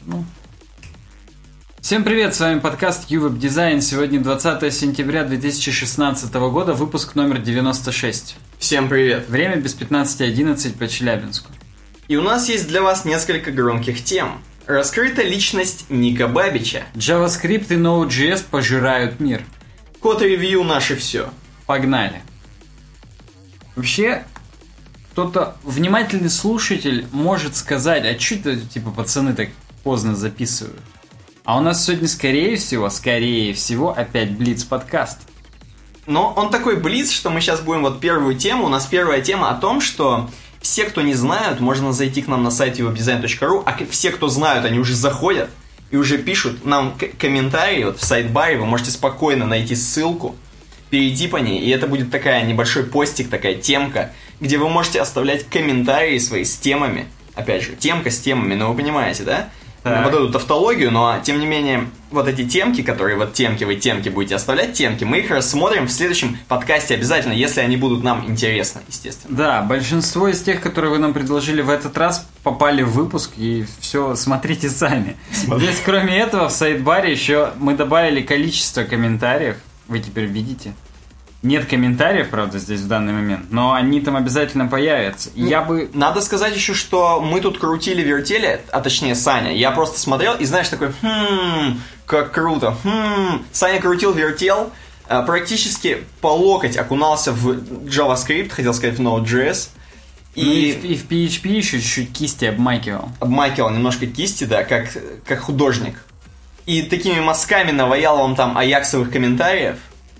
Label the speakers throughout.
Speaker 1: Всем привет, с вами подкаст UWeb Design. Сегодня 20 сентября 2016 года, выпуск номер 96.
Speaker 2: Всем привет.
Speaker 1: Время без 15:11 по Челябинску.
Speaker 2: И у нас есть для вас несколько громких тем. Раскрыта личность Ника Бабича.
Speaker 1: JavaScript и Node.js пожирают мир.
Speaker 2: Код-ревью наше все.
Speaker 1: Погнали. Вообще, кто-то, внимательный слушатель, может сказать, а что это, типа, пацаны так поздно записывают? А у нас сегодня, скорее всего, опять Блиц-подкаст.
Speaker 2: Но он такой блиц, что мы сейчас будем вот первую тему. У нас первая тема о том, что все, кто не знают, можно зайти к нам на сайт webdesign.ru, а все, кто знают, они уже заходят и уже пишут нам комментарии вот в сайт-баре. Вы можете спокойно найти ссылку, перейти по ней, и это будет такая небольшой постик, такая темка, где вы можете оставлять комментарии свои с темами. Опять же, темка с темами, но вы понимаете, да?
Speaker 1: Так.
Speaker 2: Вот эту тавтологию, но тем не менее, вот эти темки, которые вот темки, вы темки будете оставлять, темки, мы их рассмотрим в следующем подкасте обязательно, если они будут нам интересны, естественно.
Speaker 1: Да, большинство из тех, которые вы нам предложили в этот раз, попали в выпуск, и все, смотрите сами. Здесь, кроме этого, в сайт-баре еще мы добавили количество комментариев, вы теперь видите. Нет комментариев, правда, здесь в данный момент, но они там обязательно появятся.
Speaker 2: Надо сказать еще, что мы тут крутили-вертели, а точнее Саня. Я просто смотрел и, знаешь, такой, как круто, Саня крутил-вертел, практически по локоть окунался в JavaScript, хотел сказать в Node.js.
Speaker 1: И в PHP еще чуть-чуть кисти обмакивал.
Speaker 2: Обмакивал немножко кисти, да, как художник. И такими мазками наваял вам там аяксовых комментариев.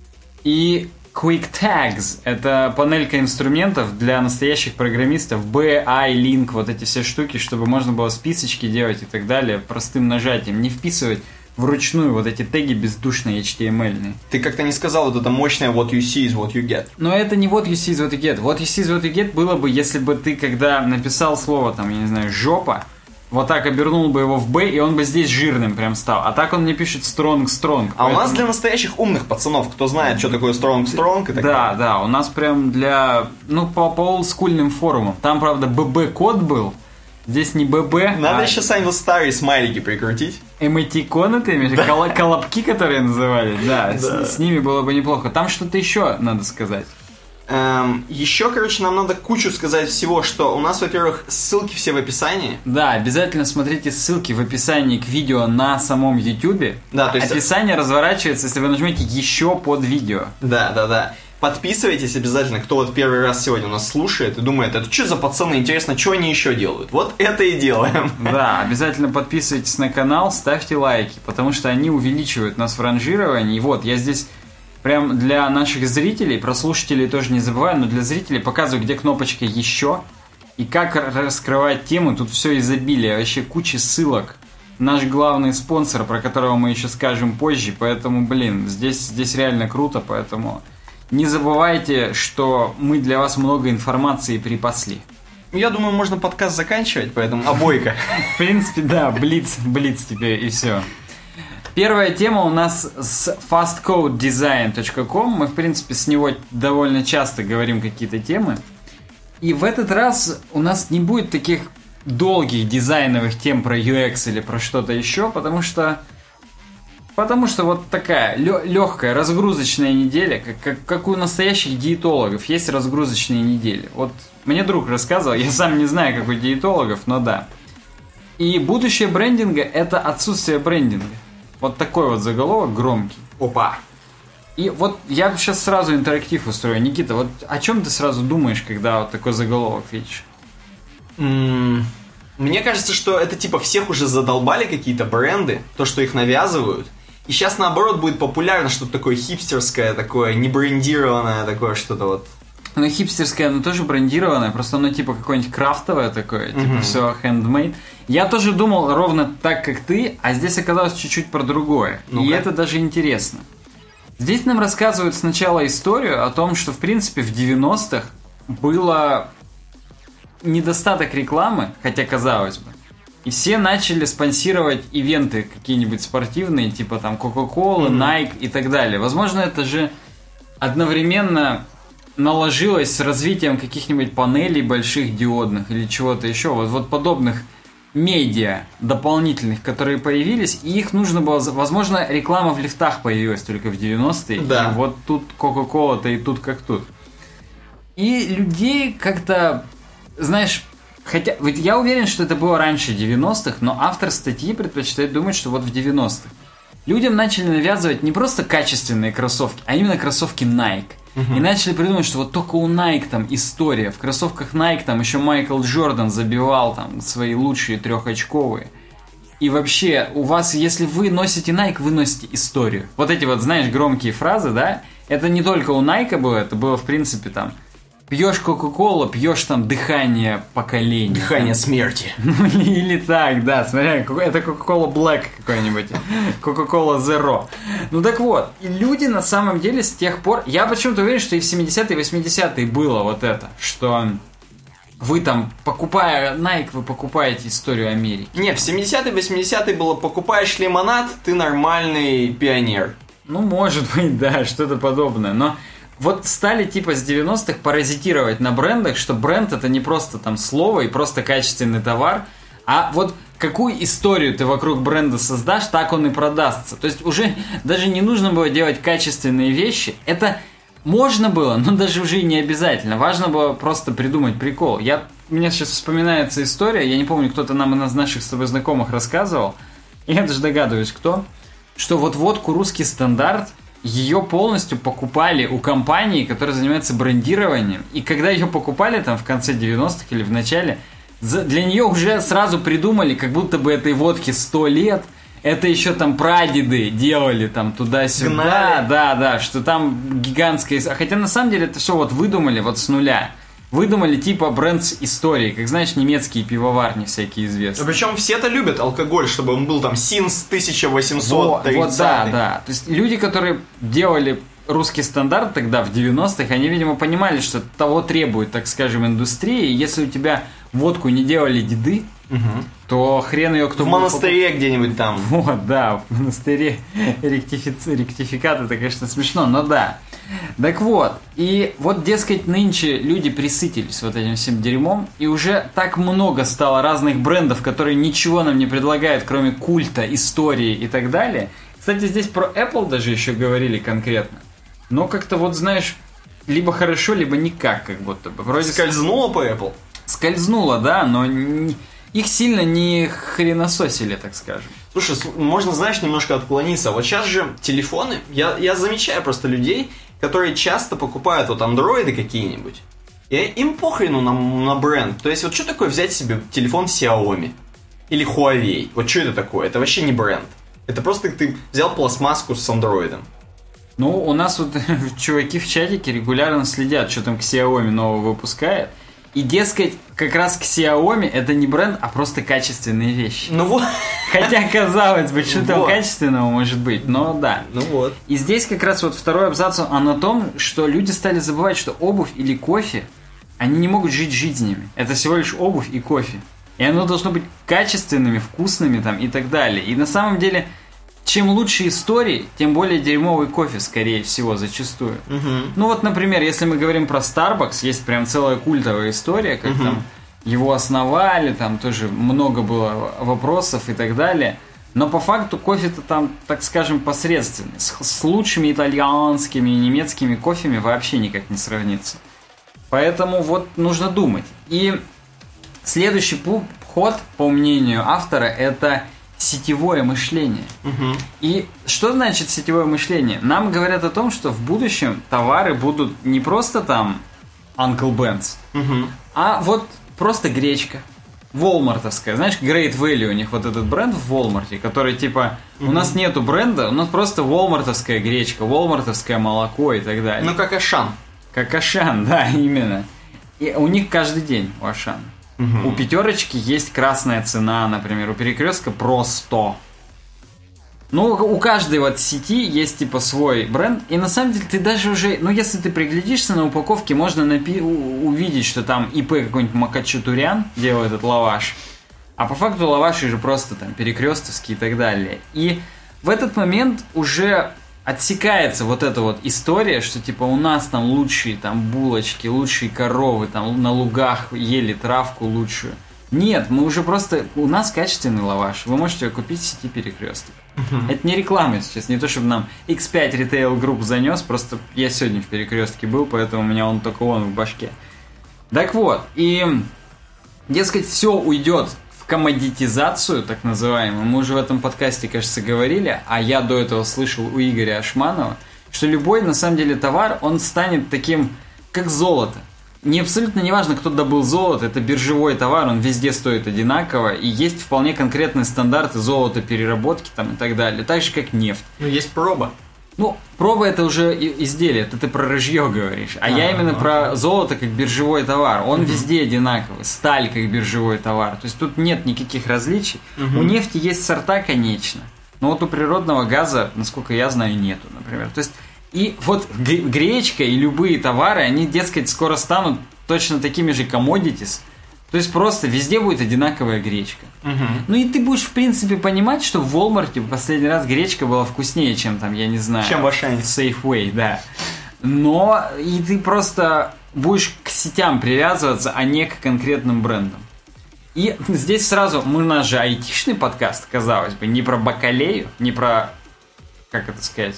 Speaker 1: И Quick Tags – это панелька инструментов для настоящих программистов, Link, вот эти все штуки, чтобы можно было списочки делать и так далее простым нажатием, не вписывать вручную вот эти теги бездушные HTML-ные.
Speaker 2: Ты как-то не сказал вот это мощное what you see is what you get.
Speaker 1: Но это не what you see is what you get. What you see is what you get было бы, если бы ты, когда написал слово, там, я не знаю, жопа, вот так обернул бы его в B, и он бы здесь жирным прям стал. А так он мне пишет strong.
Speaker 2: А поэтому... у нас для настоящих умных пацанов, кто знает, что такое strong и так далее.
Speaker 1: Да, у нас прям для, по олдскульным форумам. Там, правда, ББ-код был, здесь не ББ.
Speaker 2: Надо еще, Сань, вот старые смайлики прикрутить.
Speaker 1: Эмотиконы ты имеешь? Колобки, которые называли? Да, с ними было бы неплохо. Там что-то еще надо сказать.
Speaker 2: Еще, нам надо кучу сказать всего, что у нас, во-первых, ссылки все в описании.
Speaker 1: Да, обязательно смотрите ссылки в описании к видео на самом YouTube.
Speaker 2: Да, то есть...
Speaker 1: Описание разворачивается, если вы нажмете еще под видео.
Speaker 2: Да. Подписывайтесь обязательно, кто вот первый раз сегодня у нас слушает и думает, это что за пацаны, интересно, что они еще делают? Вот это и делаем.
Speaker 1: Да, обязательно подписывайтесь на канал, ставьте лайки, потому что они увеличивают нас в ранжировании. И вот, я здесь... Прям для наших зрителей, про слушателей тоже не забываю, но для зрителей показываю, где кнопочка «Еще» и как раскрывать тему. Тут все изобилие, вообще куча ссылок. Наш главный спонсор, про которого мы еще скажем позже, поэтому, здесь реально круто, поэтому не забывайте, что мы для вас много информации припасли.
Speaker 2: Я думаю, можно подкаст заканчивать, поэтому обойка.
Speaker 1: В принципе, да, блиц теперь и все. Первая тема у нас с fastcodedesign.com. Мы, в принципе, с него довольно часто говорим какие-то темы. И в этот раз у нас не будет таких долгих дизайновых тем про UX или про что-то еще, потому что вот такая легкая разгрузочная неделя, как у настоящих диетологов есть разгрузочные недели. Вот мне друг рассказывал, я сам не знаю, как у диетологов, но да. И будущее брендинга – это отсутствие брендинга. Вот такой вот заголовок громкий.
Speaker 2: Опа!
Speaker 1: И вот я сейчас сразу интерактив устрою. Никита, вот о чем ты сразу думаешь, когда вот такой заголовок видишь?
Speaker 2: Мне кажется, что это типа всех уже задолбали какие-то бренды, то, что их навязывают. И сейчас наоборот будет популярно что-то такое хипстерское, такое небрендированное, такое что-то вот.
Speaker 1: Ну, хипстерское, оно тоже брендированное, просто оно типа какое-нибудь крафтовое такое, типа все handmade. Я тоже думал ровно так, как ты, а здесь оказалось чуть-чуть про другое. Ну-ка. И это даже интересно. Здесь нам рассказывают сначала историю о том, что, в принципе, в 90-х было недостаток рекламы, хотя казалось бы. И все начали спонсировать ивенты какие-нибудь спортивные, типа там Coca-Cola, Nike и так далее. Возможно, это же одновременно наложилось с развитием каких-нибудь панелей больших диодных или чего-то еще. Вот подобных медиа дополнительных, которые появились, и их нужно было... Возможно, реклама в лифтах появилась только в 90-е.
Speaker 2: Да.
Speaker 1: И вот тут Кока-Кола-то и тут как тут. И людей как-то, знаешь... Хотя, ведь я уверен, что это было раньше 90-х, но автор статьи предпочитает думать, что вот в 90-х. Людям начали навязывать не просто качественные кроссовки, а именно кроссовки Nike. И начали придумывать, что вот только у Nike там история. В кроссовках Nike там еще Майкл Джордан забивал там свои лучшие 3-очковые. И вообще, у вас, если вы носите Nike, вы носите историю. Вот эти вот, знаешь, громкие фразы, да? Это не только у Nike было, это было, в принципе, там... Пьешь Кока-Колу, пьешь там дыхание поколений.
Speaker 2: Дыхание смерти.
Speaker 1: Ну или так, да, смотря, это Coca-Cola Black какой-нибудь, Coca-Cola Zero. Ну так вот, и люди на самом деле с тех пор, я почему-то уверен, что и в 70-е, 80-е было вот это, что вы там, покупая Nike, вы покупаете историю Америки.
Speaker 2: Не, в 70-е, 80-е было покупаешь лимонад, ты нормальный пионер.
Speaker 1: Ну, может быть, да, что-то подобное, но... Вот стали типа с 90-х паразитировать на брендах, что бренд это не просто там слово и просто качественный товар, а вот какую историю ты вокруг бренда создашь, так он и продастся. То есть уже даже не нужно было делать качественные вещи. Это можно было, но даже уже и не обязательно. Важно было просто придумать прикол. У меня сейчас вспоминается история, я не помню, кто-то нам из наших с тобой знакомых рассказывал, я даже догадываюсь, кто, что вот водку «Русский стандарт» ее полностью покупали у компании, которая занимается брендированием. И когда ее покупали там в конце 90-х или в начале, для нее уже сразу придумали, как будто бы этой водке 100 лет. Это еще там прадеды делали там туда-сюда.
Speaker 2: Гнали.
Speaker 1: Да, что там гигантская... Хотя на самом деле это все вот выдумали вот с нуля. Выдумали типа бренд с историей, как знаешь, немецкие пивоварни всякие известные.
Speaker 2: Причем все-то любят алкоголь, чтобы он был там Синс 1830.
Speaker 1: Вот, да. То есть люди, которые делали русский стандарт тогда в 90-х, они, видимо, понимали, что того требует, так скажем, индустрия. И если у тебя водку не делали деды, то хрен ее кто
Speaker 2: в монастыре где-нибудь там.
Speaker 1: Вот, да, в монастыре ректификат, это, конечно, смешно, но да. Так вот, и вот, дескать, нынче люди присытились вот этим всем дерьмом, и уже так много стало разных брендов, которые ничего нам не предлагают, кроме культа, истории и так далее. Кстати, здесь про Apple даже еще говорили конкретно. Но как-то вот, знаешь, либо хорошо, либо никак, как будто бы. Вроде
Speaker 2: скользнуло по Apple?
Speaker 1: Скользнуло, да, но их сильно не хренососили, так скажем.
Speaker 2: Слушай, можно, знаешь, немножко отклониться. Вот сейчас же телефоны, я замечаю просто людей, которые часто покупают вот андроиды какие-нибудь, и им похрену на бренд. То есть вот что такое взять себе телефон Xiaomi или Huawei? Вот что это такое? Это вообще не бренд. Это просто ты взял пластмасску с андроидом.
Speaker 1: Ну, у нас вот чуваки в чатике регулярно следят, что там Xiaomi нового выпускает. И, дескать, как раз Xiaomi это не бренд, а просто качественные вещи.
Speaker 2: Ну вот.
Speaker 1: Хотя, казалось бы, что там качественного может быть, но да.
Speaker 2: Ну вот.
Speaker 1: И здесь как раз вот второй абзац, он о том, что люди стали забывать, что обувь или кофе, они не могут жить жизнями. Это всего лишь обувь и кофе. И оно должно быть качественными, вкусными там и так далее. И на самом деле... Чем лучше истории, тем более дерьмовый кофе, скорее всего, зачастую. Ну вот, например, если мы говорим про Starbucks, есть прям целая культовая история, как там его основали, там тоже много было вопросов и так далее. Но по факту кофе-то там, так скажем, посредственный. С лучшими итальянскими и немецкими кофеми вообще никак не сравнится. Поэтому вот нужно думать. И следующий ход, по мнению автора, это... сетевое мышление. И что значит сетевое мышление? Нам говорят о том, что в будущем товары будут не просто там Uncle Ben's, а вот просто гречка. Walmart'овская. Знаешь, Great Value у них вот этот бренд в Walmart, который типа у нас нету бренда, у нас просто Walmart'овская гречка, Walmart'овское молоко и так далее.
Speaker 2: Ну, как Ашан.
Speaker 1: Как Ашан, да, именно. И у них каждый день у Ашана. У пятерочки есть красная цена, например, у перекрестка просто. Ну, у каждой вот сети есть типа свой бренд, и на самом деле ты даже уже, ну, если ты приглядишься на упаковке, можно увидеть, что там ИП какой-нибудь Макачатурян делает этот лаваш, а по факту лаваши же просто там перекрестовские и так далее. И в этот момент уже отсекается вот эта вот история, что типа у нас там лучшие там булочки, лучшие коровы, там на лугах ели травку лучшую. Нет, мы уже просто... У нас качественный лаваш. Вы можете его купить в сети Перекресток. Это не реклама сейчас, не то, чтобы нам X5 Retail Group занес, просто я сегодня в Перекрестке был, поэтому у меня только он в башке. Так вот, и, дескать, все уйдет в коммодитизацию, так называемую. Мы уже в этом подкасте, кажется, говорили, а я до этого слышал у Игоря Ашманова, что любой, на самом деле, товар, он станет таким, как золото. Абсолютно не важно, кто добыл золото, это биржевой товар, он везде стоит одинаково, и есть вполне конкретные стандарты золотопереработки там и так далее, так же, как нефть.
Speaker 2: Ну, есть проба.
Speaker 1: Ну, проба это уже изделие, это ты про рыжье говоришь, а я именно про золото как биржевой товар, он везде одинаковый, сталь как биржевой товар, то есть тут нет никаких различий. У нефти есть сорта, конечно, но вот у природного газа, насколько я знаю, нету, например. То есть и вот гречка и любые товары, они, дескать, скоро станут точно такими же commodities. То есть просто везде будет одинаковая гречка. Ну и ты будешь, в принципе, понимать, что в Walmart в последний раз гречка была вкуснее, чем там, я не знаю...
Speaker 2: Чем в Ашане.
Speaker 1: Safeway, да. Но и ты просто будешь к сетям привязываться, а не к конкретным брендам. И здесь сразу, у нас же айтишный подкаст, казалось бы, не про бакалею, не про... Как это сказать?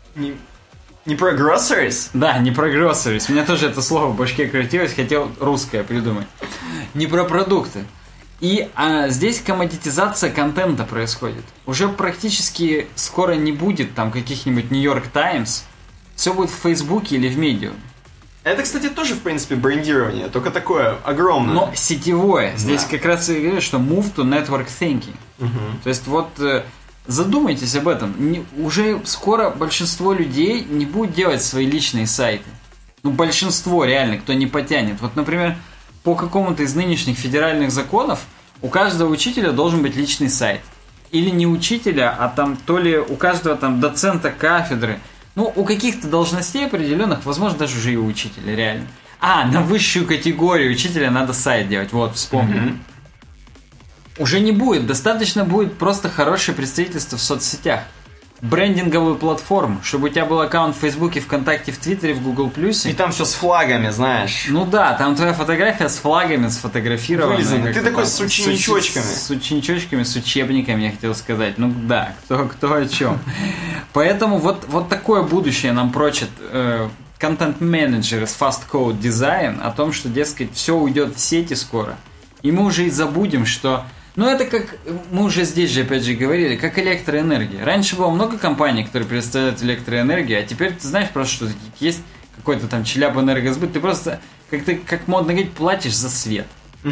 Speaker 2: Не про groceries?
Speaker 1: Да, не про groceries. У меня тоже это слово в башке крутилось, хотел русское придумать. Не про продукты. И здесь коммодитизация контента происходит. Уже практически скоро не будет там каких-нибудь New York Times. Все будет в Фейсбуке или в Medium.
Speaker 2: Это, кстати, тоже, в принципе, брендирование, только такое огромное.
Speaker 1: Но сетевое. Здесь как раз и говорят, что move to network thinking. То есть вот... Задумайтесь об этом. Уже скоро большинство людей не будет делать свои личные сайты. Ну, большинство реально, кто не потянет. Вот, например, по какому-то из нынешних федеральных законов у каждого учителя должен быть личный сайт. Или не учителя, а там то ли у каждого там доцента кафедры. Ну, у каких-то должностей определенных, возможно, даже уже и у учителя, реально. На высшую категорию учителя надо сайт делать. Вот, вспомнил. Уже не будет. Достаточно будет просто хорошее представительство в соцсетях. Брендинговую платформу, чтобы у тебя был аккаунт в Фейсбуке, ВКонтакте, в Твиттере, в Гугл Плюсе.
Speaker 2: И там все с флагами, знаешь.
Speaker 1: Ну да, там твоя фотография с флагами, сфотографирована.
Speaker 2: Ты такой с ученичочками.
Speaker 1: С ученичочками, с учебниками, я хотел сказать. Ну да, кто о чем. Поэтому вот такое будущее нам прочат контент-менеджеры с Fast Code Design о том, что, дескать, все уйдет в сети скоро. И мы уже и забудем, что... Ну, это как, мы уже здесь же, опять же, говорили, как электроэнергия. Раньше было много компаний, которые предоставляют электроэнергию, а теперь ты знаешь просто, что есть какой-то там Челябэнергосбыт, ты просто, как модно говорить, платишь за свет.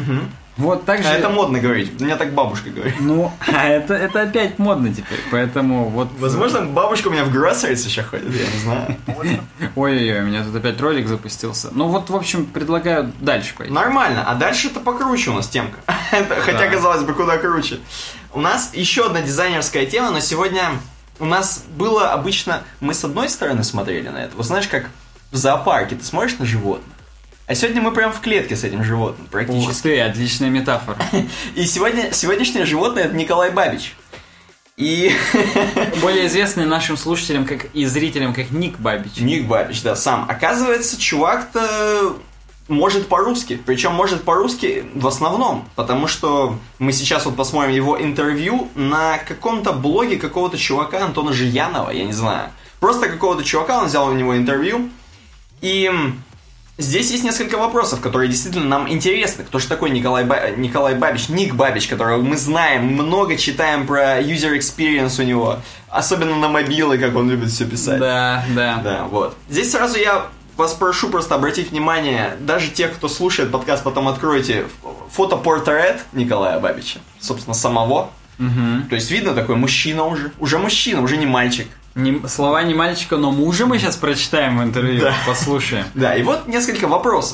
Speaker 1: Вот так же...
Speaker 2: А это модно говорить, у меня так бабушка говорит.
Speaker 1: Ну, это опять модно теперь, поэтому вот...
Speaker 2: Возможно, бабушка у меня в groceries еще ходит, я не знаю.
Speaker 1: Ой-ой-ой, у меня тут опять ролик запустился. Ну вот, в общем, предлагаю дальше пойти.
Speaker 2: Нормально, а дальше-то покруче у нас темка. Хотя, казалось бы, куда круче. У нас еще одна дизайнерская тема, но сегодня у нас было обычно... Мы с одной стороны смотрели на это. Вот знаешь, как в зоопарке ты смотришь на животных, а сегодня мы прям в клетке с этим животным, практически.
Speaker 1: Ух ты, отличная метафора.
Speaker 2: И сегодняшнее животное — это Николай Бабич. И...
Speaker 1: Более известный нашим слушателям и зрителям как Ник Бабич.
Speaker 2: Ник Бабич, да, сам. Оказывается, чувак-то может по-русски. Причем может по-русски в основном. Потому что мы сейчас вот посмотрим его интервью на каком-то блоге какого-то чувака Антона Жиянова, я не знаю. Просто какого-то чувака, он взял у него интервью. И... Здесь есть несколько вопросов, которые действительно нам интересны. Кто же такой Николай Бабич, Ник Бабич, которого мы знаем, много читаем про user experience у него. Особенно на мобилы, как он любит все писать.
Speaker 1: Да.
Speaker 2: Да, вот. Здесь сразу я вас прошу просто обратить внимание, даже тех, кто слушает подкаст, потом откройте фотопортрет Николая Бабича, собственно, самого. То есть видно такой мужчина уже мужчина, уже не мальчик.
Speaker 1: Слова не мальчика, но мужа мы сейчас прочитаем в интервью, да. Послушаем.
Speaker 2: Да, и вот несколько вопросов.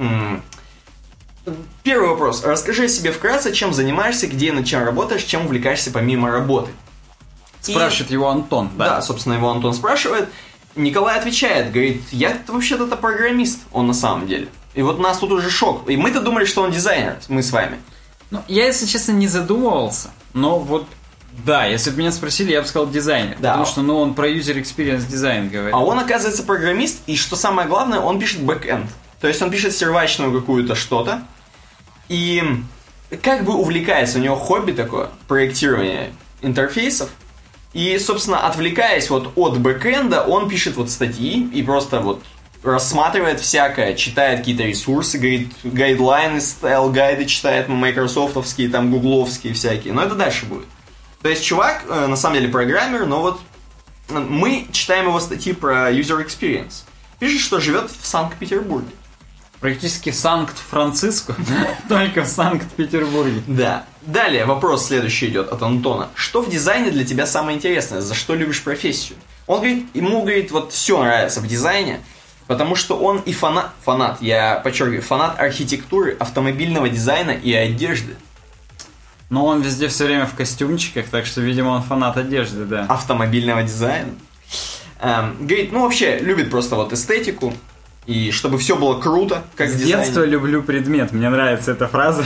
Speaker 2: Первый вопрос. Расскажи о себе вкратце, чем занимаешься, где и над чем работаешь, чем увлекаешься помимо работы.
Speaker 1: Спрашивает его Антон, да? Да,
Speaker 2: собственно, его Антон спрашивает. Николай отвечает, говорит, я вообще-то программист, он на самом деле. И вот у нас тут уже шок. И мы-то думали, что он дизайнер, мы с вами.
Speaker 1: Ну, я, если честно, не задумывался, но вот... Да, если бы меня спросили, я бы сказал дизайнер. Да. Потому что, он про user experience дизайн говорит.
Speaker 2: А он, оказывается, программист, и что самое главное, он пишет бэкэнд. То есть он пишет сервачную какую-то что-то. И как бы увлекается, у него хобби такое, проектирование интерфейсов. И, собственно, отвлекаясь вот от бэкэнда, он пишет вот статьи и просто вот рассматривает всякое, читает какие-то ресурсы, говорит, гайдлайны, стайл-гайды читает, майкрософтовские, там, гугловские всякие. Но это дальше будет. То есть чувак, на самом деле, программер, но вот мы читаем его статьи про user experience. Пишет, что живет в Санкт-Петербурге.
Speaker 1: Практически Санкт-Франциско, только в Санкт-Петербурге.
Speaker 2: Да. Далее вопрос следующий идет от Антона. Что в дизайне для тебя самое интересное? За что любишь профессию? Он говорит, ему, говорит, вот все нравится в дизайне, потому что он и фанат, я подчеркиваю, фанат архитектуры, автомобильного дизайна и одежды.
Speaker 1: Но он везде все время в костюмчиках, так что, видимо, он фанат одежды, да.
Speaker 2: Автомобильного дизайна. Говорит, ну вообще, любит просто вот эстетику. И чтобы все было круто, как в дизайне.
Speaker 1: С детства люблю предмет, мне нравится эта фраза.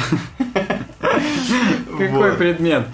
Speaker 1: Какой предмет?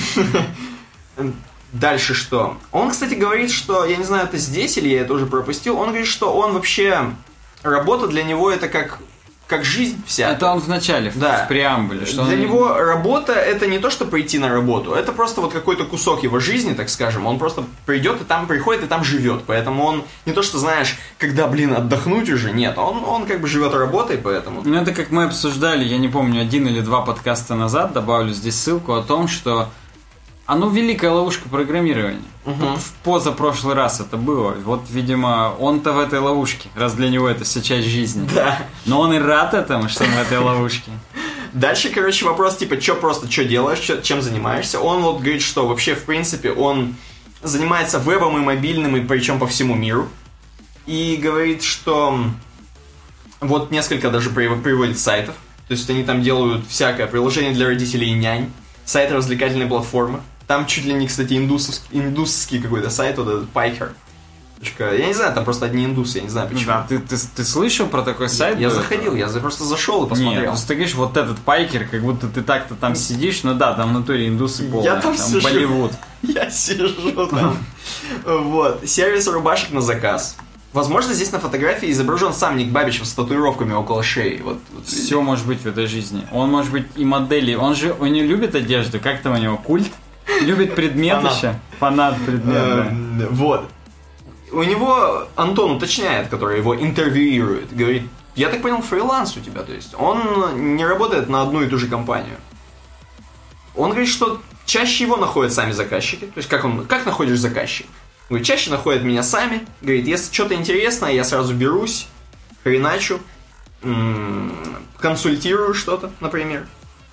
Speaker 2: Дальше что? Он, кстати, говорит, что, я не знаю, это здесь или я это уже пропустил, он говорит, что он вообще, работа для него это как жизнь вся.
Speaker 1: Это он в начале, в преамбуле. Что
Speaker 2: для него работа это не то, что прийти на работу, это просто вот какой-то кусок его жизни, так скажем. Он просто придет и там приходит и там живет. Поэтому он не то, что знаешь, когда, отдохнуть уже, нет. Он как бы живет работой, поэтому...
Speaker 1: Ну это как мы обсуждали, я не помню, 1 или 2 подкаста назад, добавлю здесь ссылку о том, что великая ловушка программирования. Тут в позапрошлый раз это было. Вот, видимо, он-то в этой ловушке, раз для него это вся часть жизни.
Speaker 2: Да.
Speaker 1: Но он и рад этому, что он в этой ловушке.
Speaker 2: Дальше, вопрос, что делаешь, чем занимаешься. Он вот говорит, что вообще, в принципе, он занимается вебом и мобильным, и причем по всему миру. И говорит, что вот несколько даже приводит сайтов. То есть они там делают всякое приложение для родителей и нянь, сайты развлекательной платформы. Там чуть ли не, кстати, индусский какой-то сайт, вот этот Piker. Я не знаю, там просто одни индусы, я не знаю почему.
Speaker 1: Да, ты слышал про такой сайт?
Speaker 2: Я заходил, я просто зашел и посмотрел.
Speaker 1: Нет, просто ты говоришь, вот этот Пайкер, как будто ты так-то там сидишь, ну да, там в натуре индусы полные,
Speaker 2: я там сижу.
Speaker 1: Болливуд.
Speaker 2: Я сижу там. Вот, сервис рубашек на заказ. Возможно, здесь на фотографии изображен сам Ник Бабичев с татуировками около шеи. Вот.
Speaker 1: Все может быть в этой жизни. Он может быть и модели. Он не любит одежду, как там у него, культ? Любит предмет еще? Фанат предмета.
Speaker 2: Вот. У него Антон уточняет, который его интервьюирует, говорит, я так понял, фриланс у тебя, то есть он не работает на одну и ту же компанию. Он говорит, что чаще его находят сами заказчики, то есть как находишь заказчиков? Говорит, чаще находят меня сами, говорит, если что-то интересное, я сразу берусь, хреначу, консультирую что-то, например.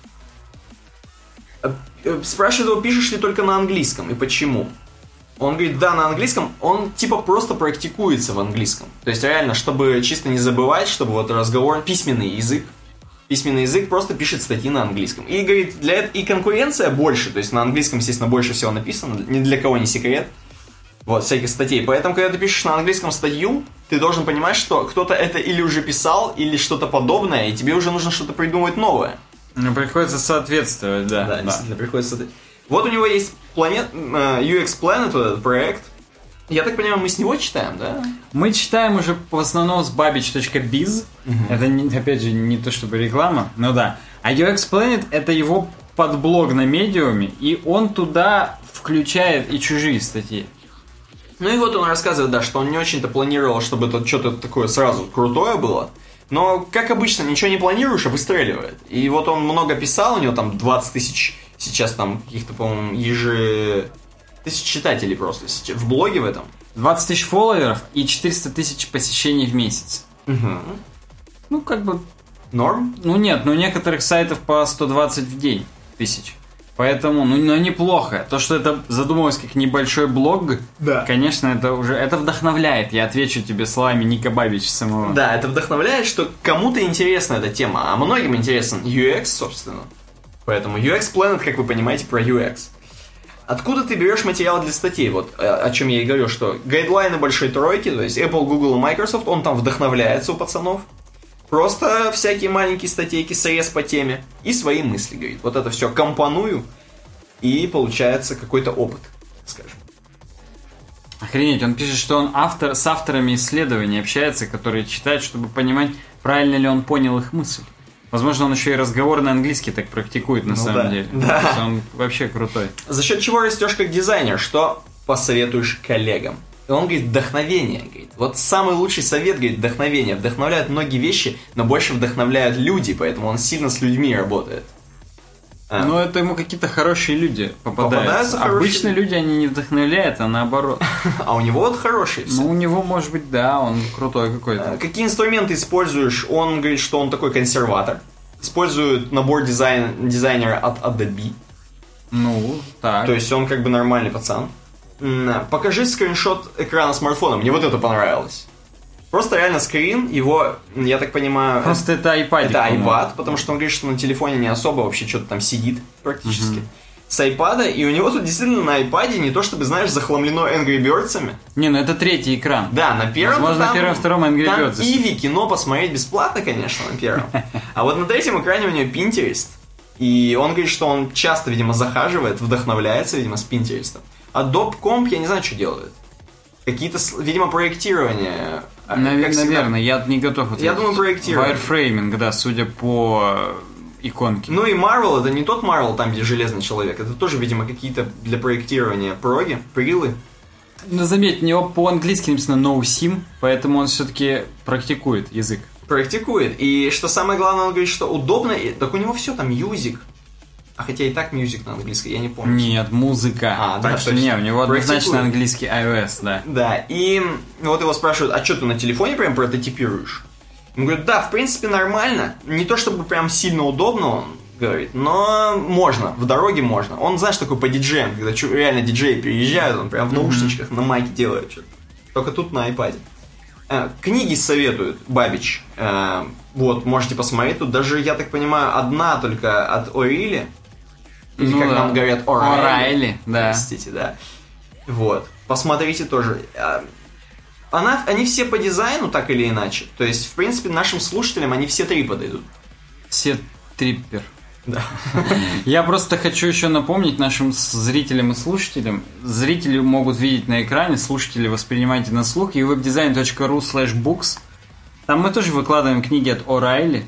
Speaker 2: Спрашивает его, пишешь ли только на английском и почему. Он говорит, да, на английском. Он типа просто практикуется в английском. То есть реально, чтобы чисто не забывать, чтобы вот разговор, письменный язык просто пишет статьи на английском. И говорит, для этого и конкуренция больше. То есть на английском, естественно, больше всего написано. Ни для кого не секрет. Вот, всяких статей. Поэтому, когда ты пишешь на английском статью, ты должен понимать, что кто-то это или уже писал, или что-то подобное, и тебе уже нужно что-то придумывать новое.
Speaker 1: Ну, приходится соответствовать, да.
Speaker 2: Да, действительно, приходится соответствовать. Вот у него есть UX Planet, вот этот проект. Я так понимаю, мы с него читаем, да?
Speaker 1: Мы читаем уже в основном с babbage.biz. Это, опять же, не то чтобы реклама, но да. А UX Planet — это его подблог на медиуме, и он туда включает и чужие статьи.
Speaker 2: Ну и вот он рассказывает, да, что он не очень-то планировал, чтобы это что-то такое сразу крутое было. Но, как обычно, ничего не планируешь, а выстреливает. И вот он много писал, у него там 20 тысяч, сейчас там каких-то, по-моему, тысяч читателей просто в блоге в этом.
Speaker 1: 20 тысяч фолловеров и 400 тысяч посещений в месяц. Ну, как бы...
Speaker 2: Норм?
Speaker 1: Ну, нет, у некоторых сайтов по 120 в день тысяч. Поэтому, неплохо. То, что это задумалось как небольшой блог, да. Конечно, это вдохновляет. Я отвечу тебе словами Ника Бабича самого.
Speaker 2: Да, это вдохновляет, что кому-то интересна эта тема, а многим интересен UX, собственно. Поэтому UX Planet, как вы понимаете, про UX. Откуда ты берешь материал для статей? Вот о чем я и говорю, что гайдлайны большой тройки, то есть Apple, Google и Microsoft, он там вдохновляется у пацанов. Просто всякие маленькие статейки, срез по теме и свои мысли, говорит. Вот это все компоную, и получается какой-то опыт, скажем.
Speaker 1: Охренеть, он пишет, что он с авторами исследований общается, которые читают, чтобы понимать, правильно ли он понял их мысль. Возможно, он еще и разговорный английский так практикует на самом деле.
Speaker 2: Да.
Speaker 1: То есть он вообще крутой.
Speaker 2: За счет чего растешь как дизайнер? Что посоветуешь коллегам? И он говорит, вдохновение. Говорит. Вот самый лучший совет, говорит, вдохновение. Вдохновляют многие вещи, но больше вдохновляют люди, поэтому он сильно с людьми работает.
Speaker 1: Ну, это ему какие-то хорошие люди попадаются. Обычные люди, они не вдохновляют, а наоборот.
Speaker 2: А у него вот хорошие все.
Speaker 1: Ну, у него, может быть, да, он крутой какой-то.
Speaker 2: Какие инструменты используешь? Он говорит, что он такой консерватор. Использует набор дизайнера от Adobe.
Speaker 1: Ну, так.
Speaker 2: То есть он как бы нормальный пацан. Покажи скриншот экрана смартфона. Мне вот это понравилось. Просто реально скрин, его, я так понимаю...
Speaker 1: Просто это iPad.
Speaker 2: Это iPad, потому что он говорит, что на телефоне не особо вообще что-то там сидит практически. С iPad, и у него тут действительно на iPad не то чтобы, знаешь, захламлено Angry Birds'ами.
Speaker 1: Не, ну это третий экран.
Speaker 2: Да, на первом.
Speaker 1: Возможно,
Speaker 2: там,
Speaker 1: на первом, втором Angry Birds.
Speaker 2: Там Иви кино посмотреть бесплатно, конечно, на первом. А вот на третьем экране у него Pinterest. И он говорит, что он часто, видимо, захаживает, вдохновляется, видимо, с Pinterest. А Adobe Comp, я не знаю, что делает. Какие-то, видимо, проектирования.
Speaker 1: Наверное, я не готов ответить.
Speaker 2: Я думаю, проектирование.
Speaker 1: Wireframing, да, судя по иконке.
Speaker 2: Ну и Marvel, это не тот Marvel, там, где Железный Человек. Это тоже, видимо, какие-то для проектирования проги, прилы.
Speaker 1: Но заметь, у него по-английски написано no sim, поэтому он все-таки практикует язык.
Speaker 2: Практикует. И что самое главное, он говорит, что удобно. Так у него все там music. А хотя и так music на английском, я не помню.
Speaker 1: Нет, музыка.
Speaker 2: Да,
Speaker 1: точно. Не, у него однозначно
Speaker 2: практикует.
Speaker 1: английский iOS, да.
Speaker 2: Да, и вот его спрашивают, а что ты на телефоне прям прототипируешь? Он говорит, да, в принципе нормально. Не то чтобы прям сильно удобно, он говорит, но можно, в дороге можно. Он, знаешь, такой по диджеям, когда реально диджеи переезжают, он прям в наушничках на майке делает что-то. Только тут на iPad. Книги советует Бабич. Вот, можете посмотреть. Тут даже, я так понимаю, одна только от Орили. Или, как нам говорят,
Speaker 1: Орайли, да.
Speaker 2: Простите, да. Вот. Посмотрите тоже. Они все по дизайну, так или иначе. То есть, в принципе, нашим слушателям они все три подойдут.
Speaker 1: Все триппер.
Speaker 2: Да.
Speaker 1: Я просто хочу еще напомнить нашим зрителям и слушателям. Зрители могут видеть на экране, слушатели воспринимайте на слух. И webdesign.ru/books. Там мы тоже выкладываем книги от Орайли.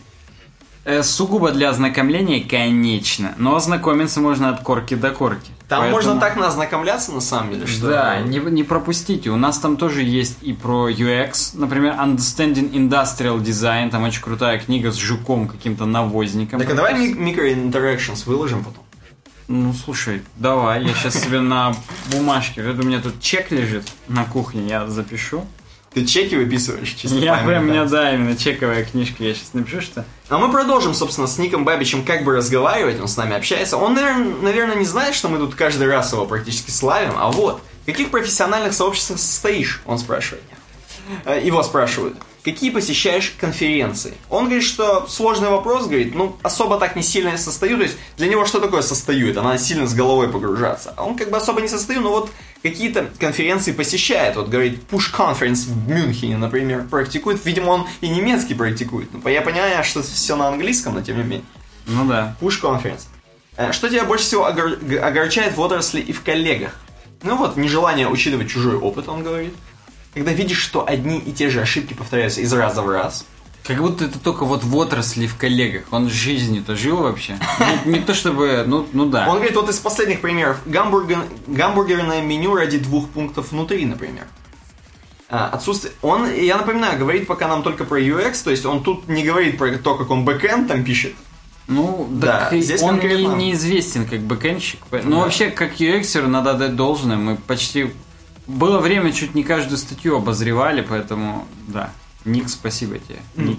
Speaker 1: Сугубо для ознакомления, конечно. Но ознакомиться можно от корки до корки.
Speaker 2: Там
Speaker 1: Поэтому...
Speaker 2: можно так ознакомляться, на самом деле, что...
Speaker 1: Да, не пропустите. У нас там тоже есть и про UX. Например, Understanding Industrial Design. Там очень крутая книга с жуком, каким-то навозником.
Speaker 2: Так, а давай Micro-Interactions выложим потом.
Speaker 1: Ну, слушай, давай. Я сейчас себе на бумажке... У меня тут чек лежит на кухне, я запишу.
Speaker 2: Ты чеки выписываешь? Чисто
Speaker 1: Я прям, у меня, да, именно чековая книжка. Я сейчас напишу, что...
Speaker 2: А мы продолжим, собственно, с Ником Бабичем как бы разговаривать, он с нами общается. Он, наверное, не знает, что мы тут каждый раз его практически славим, а вот, в каких профессиональных сообществах состоишь, он спрашивает. Его спрашивают, какие посещаешь конференции? Он говорит, что сложный вопрос, говорит, ну, особо так не сильно состою, то есть для него что такое состою? Это надо сильно с головой погружаться. А он как бы особо не состою, но вот какие-то конференции посещает. Вот говорит, Push Conference в Мюнхене, например, практикует. Видимо, он и немецкий практикует. Но я понимаю, что все на английском, но тем не менее.
Speaker 1: Ну да.
Speaker 2: Push Conference. Что тебя больше всего огорчает в отрасли и в коллегах? Ну вот, нежелание учитывать чужой опыт, он говорит. Когда видишь, что одни и те же ошибки повторяются из раза в раз.
Speaker 1: Как будто это только вот в отрасли, в коллегах. Он жизнью-то жил вообще. Не то чтобы, ну да.
Speaker 2: Он говорит, вот из последних примеров. Гамбургерное меню ради 2 пунктов внутри, например. Отсутствие... Он, я напоминаю, говорит пока нам только про UX, то есть он тут не говорит про то, как он бэкэнд там пишет.
Speaker 1: Ну,
Speaker 2: да, здесь
Speaker 1: он
Speaker 2: конкретно...
Speaker 1: неизвестен как бэкэндщик. Ну, вообще, как UX-еру надо отдать должное. Мы почти... Было время, чуть не каждую статью обозревали, поэтому, да. Ник, спасибо тебе.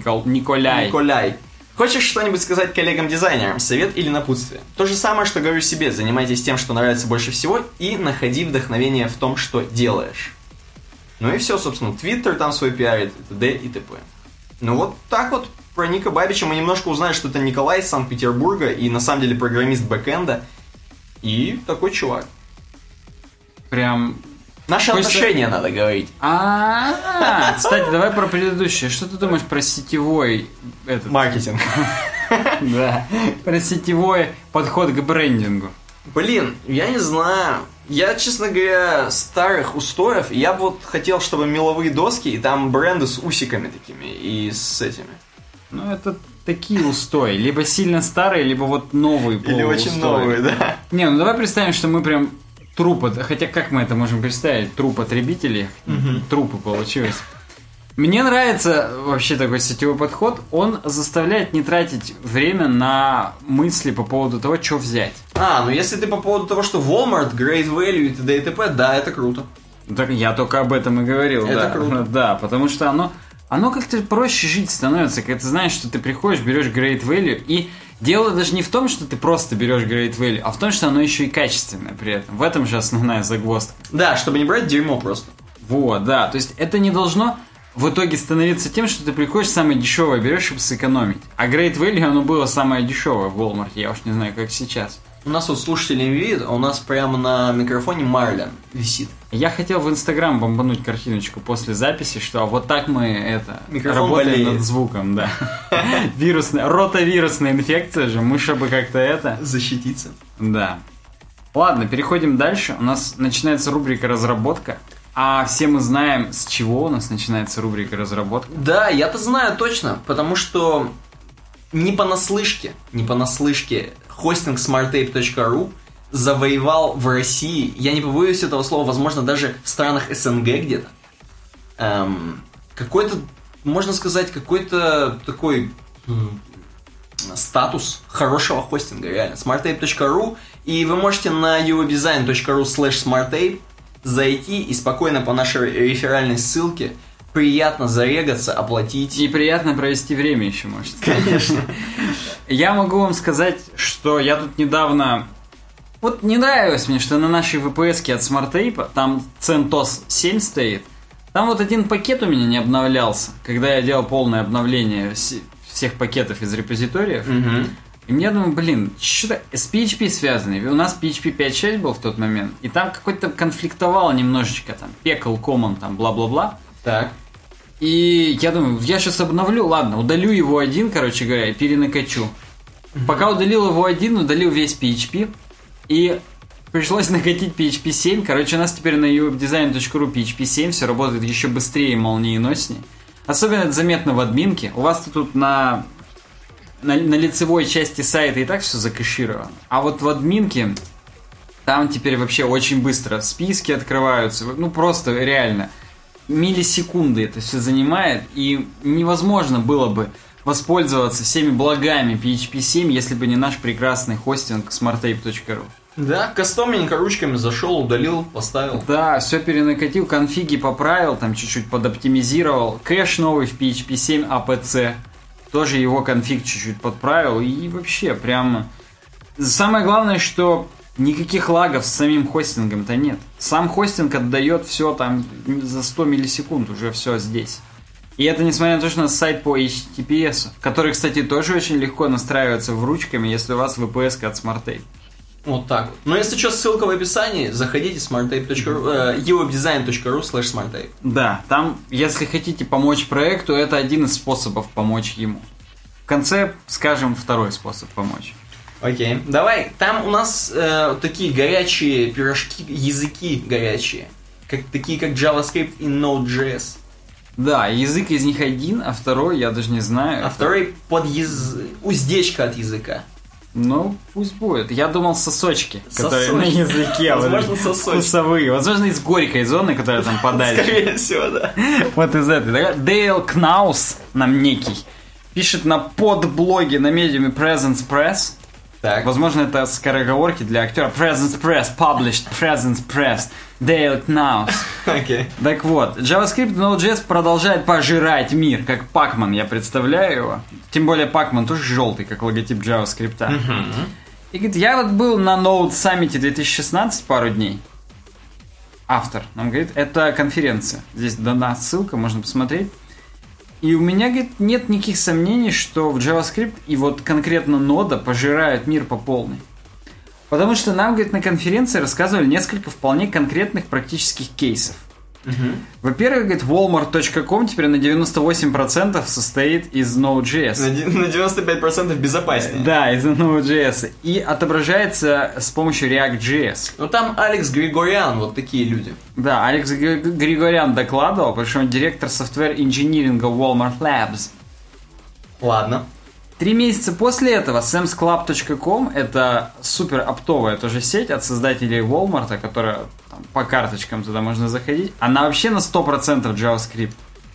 Speaker 1: Николяй.
Speaker 2: Хочешь что-нибудь сказать коллегам-дизайнерам? Совет или напутствие? То же самое, что говорю себе. Занимайтесь тем, что нравится больше всего, и находи вдохновение в том, что делаешь. Ну и все, собственно. Твиттер там свой пиарит, т.д. и т.п. Ну вот так вот про Ника Бабича мы немножко узнали, что это Николай из Санкт-Петербурга, и на самом деле программист бэкэнда. И такой чувак.
Speaker 1: Прям...
Speaker 2: Наши отношения надо говорить.
Speaker 1: Кстати, давай про предыдущее. Что ты думаешь про сетевой...
Speaker 2: маркетинг?
Speaker 1: Да. Про сетевой подход к брендингу.
Speaker 2: Блин, я не знаю. Я, честно говоря, старых устоев. Я бы вот хотел, чтобы меловые доски и там бренды с усиками такими и с этими.
Speaker 1: Ну, это такие устои. Либо сильно старые, либо вот новые
Speaker 2: Или очень
Speaker 1: полуустои.
Speaker 2: новые, да.
Speaker 1: Не, ну давай представим, что мы прям хотя как мы это можем представить? Труп потребителей, трупы получилось. Мне нравится вообще такой сетевой подход. Он заставляет не тратить время на мысли по поводу того, что взять.
Speaker 2: Ну если ты по поводу того, что Walmart, Great Value и т.д. и т.п., да, это круто.
Speaker 1: Так я только об этом и говорил.
Speaker 2: Это
Speaker 1: да.
Speaker 2: круто.
Speaker 1: Да, потому что оно как-то проще жить становится, когда ты знаешь, что ты приходишь, берешь Great Value, и дело даже не в том, что ты просто берешь Great Value, а в том, что оно еще и качественное при этом. В этом же основная загвоздка.
Speaker 2: Да, чтобы не брать дерьмо просто.
Speaker 1: Вот, да. То есть это не должно в итоге становиться тем, что ты приходишь самое дешевое берешь, чтобы сэкономить. А Great Value, оно было самое дешевое в Walmart. Я уж не знаю, как сейчас.
Speaker 2: У нас вот слушатели не видят, а у нас прямо на микрофоне Марлен висит.
Speaker 1: Я хотел в Инстаграм бомбануть картиночку после записи, что вот так мы
Speaker 2: Микрофон
Speaker 1: работаем
Speaker 2: болеет.
Speaker 1: над звуком, да. Ротовирусная инфекция же, мы чтобы как-то
Speaker 2: Защититься.
Speaker 1: Да. Ладно, переходим дальше. У нас начинается рубрика «Разработка». А все мы знаем, с чего у нас начинается рубрика «Разработка».
Speaker 2: Да, я-то знаю точно, потому что не понаслышке хостинг smartape.ru завоевал в России, я не побоюсь этого слова, возможно, даже в странах СНГ где-то, какой-то, можно сказать, какой-то такой статус хорошего хостинга, реально. smartape.ru, и вы можете на uwebdesign.ru/smartape зайти и спокойно по нашей реферальной ссылке приятно зарегаться, оплатить.
Speaker 1: И приятно провести время еще, может.
Speaker 2: Конечно.
Speaker 1: Я могу вам сказать, что я тут недавно... Вот не нравилось мне, что на нашей VPS-ке от SmartTape там CentOS 7 стоит. Там вот один пакет у меня не обновлялся, когда я делал полное обновление всех пакетов из репозиториев. И мне думаю, что-то с PHP связанный. У нас PHP 5.6 был в тот момент, и там какой-то конфликтовало немножечко, там, Peckle, Common, там, бла-бла-бла.
Speaker 2: Так.
Speaker 1: И я думаю, я сейчас обновлю, ладно, удалю его один, короче говоря, и перенакачу. Пока удалил его один, удалил весь PHP, и пришлось накатить PHP 7. Короче, у нас теперь на uwebdesign.ru PHP 7 все работает еще быстрее и молниеноснее. Особенно это заметно в админке. У вас тут на лицевой части сайта и так все закэшировано. А вот в админке там теперь вообще очень быстро списки открываются. Ну, просто реально. Миллисекунды это все занимает. И невозможно было бы воспользоваться всеми благами PHP 7, если бы не наш прекрасный хостинг smartape.ru.
Speaker 2: Да, кастомненько ручками зашел, удалил, поставил.
Speaker 1: Да, все перенакатил, конфиги поправил, там чуть-чуть подоптимизировал. Кэш новый в PHP 7 APC. Тоже его конфиг чуть-чуть подправил. И вообще, прям... Самое главное, что никаких лагов с самим хостингом-то нет. Сам хостинг отдает все там за 100 миллисекунд, уже все здесь. И это несмотря на то, что у нас сайт по HTTPS, который, кстати, тоже очень легко настраивается ручками, если у вас VPS от SmartTape.
Speaker 2: Вот так вот. Но если что, ссылка в описании, заходите smartape.ru, uwebdesign.ru/smartape.
Speaker 1: Да, там, если хотите помочь проекту, это один из способов помочь ему. В конце скажем второй способ помочь.
Speaker 2: Окей. Давай, там у нас такие горячие пирожки, языки горячие. Такие как JavaScript и Node.js.
Speaker 1: Да, язык из них один, а второй я даже не знаю.
Speaker 2: А второй уздечка от языка.
Speaker 1: Ну, пусть будет. Я думал сосочки, которые на языке.
Speaker 2: Возможно, сосочки.
Speaker 1: Вкусовые. Возможно, из горькой зоны, которая там подальше.
Speaker 2: Скорее всего, да.
Speaker 1: Вот из этой. Дейл Кнаус, нам некий, пишет на подблоге на медиуме Presence Press.
Speaker 2: Так.
Speaker 1: Возможно, это скороговорки для актера. Presence Press, published, Presence Press, Дейл Кнаус.
Speaker 2: Окей.
Speaker 1: Так вот, JavaScript и Node.js продолжает пожирать мир, как Pac-Man, я представляю его. Тем более Pac-Man тоже желтый, как логотип JavaScript. И говорит, я вот был на Node Summit 2016 пару дней. Автор нам говорит, это конференция. Здесь дана ссылка, можно посмотреть. И у меня, говорит, нет никаких сомнений, что в JavaScript и вот конкретно нода пожирают мир по полной. Потому что нам, говорит, на конференции рассказывали несколько вполне конкретных практических кейсов. Во-первых, говорит, Walmart.com теперь на 98% состоит из Node.js.
Speaker 2: На 95% безопаснее.
Speaker 1: Да, из Node.js. И отображается с помощью React.js.
Speaker 2: Ну там Алекс Григорян, вот такие люди.
Speaker 1: Да, Алекс Григорян докладывал, потому что он директор софтвер инжиниринга Walmart Labs.
Speaker 2: Ладно.
Speaker 1: 3 месяца после этого samsclub.com, это супер оптовая тоже сеть от создателей Walmart, которая там, по карточкам туда можно заходить, она вообще на 100% JavaScript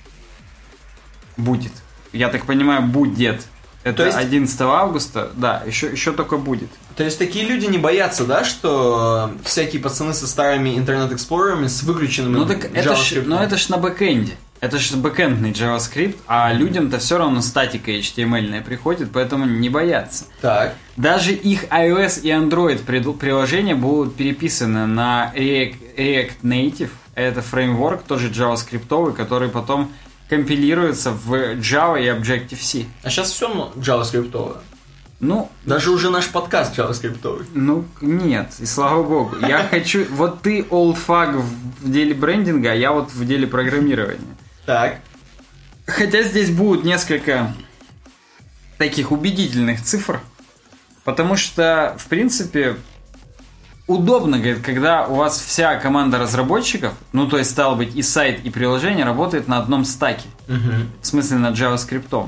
Speaker 1: будет. Я так понимаю, будет. Это есть... 11 августа, да, еще только будет.
Speaker 2: То есть такие люди не боятся, да, что всякие пацаны со старыми интернет-эксплорерами с выключенным JavaScript?
Speaker 1: Но это ж на бэкэнде. Это же бэкэндный JavaScript, а людям-то все равно статика HTML-ная приходит, поэтому не боятся.
Speaker 2: Так.
Speaker 1: Даже их iOS и Android приложения будут переписаны на React Native. Это фреймворк, тоже JavaScript-овый, который потом компилируется в Java и Objective-C.
Speaker 2: А сейчас все JavaScript-овое?
Speaker 1: Ну,
Speaker 2: даже уже наш подкаст JavaScript-овый.
Speaker 1: Ну, нет, и слава богу. Я хочу... Вот ты олдфаг в деле брендинга, а я вот в деле программирования.
Speaker 2: Так.
Speaker 1: Хотя здесь будут несколько таких убедительных цифр, потому что, в принципе, удобно, говорит, когда у вас вся команда разработчиков, ну, то есть, стало быть, и сайт, и приложение работает на одном стаке. В смысле, над JavaScript.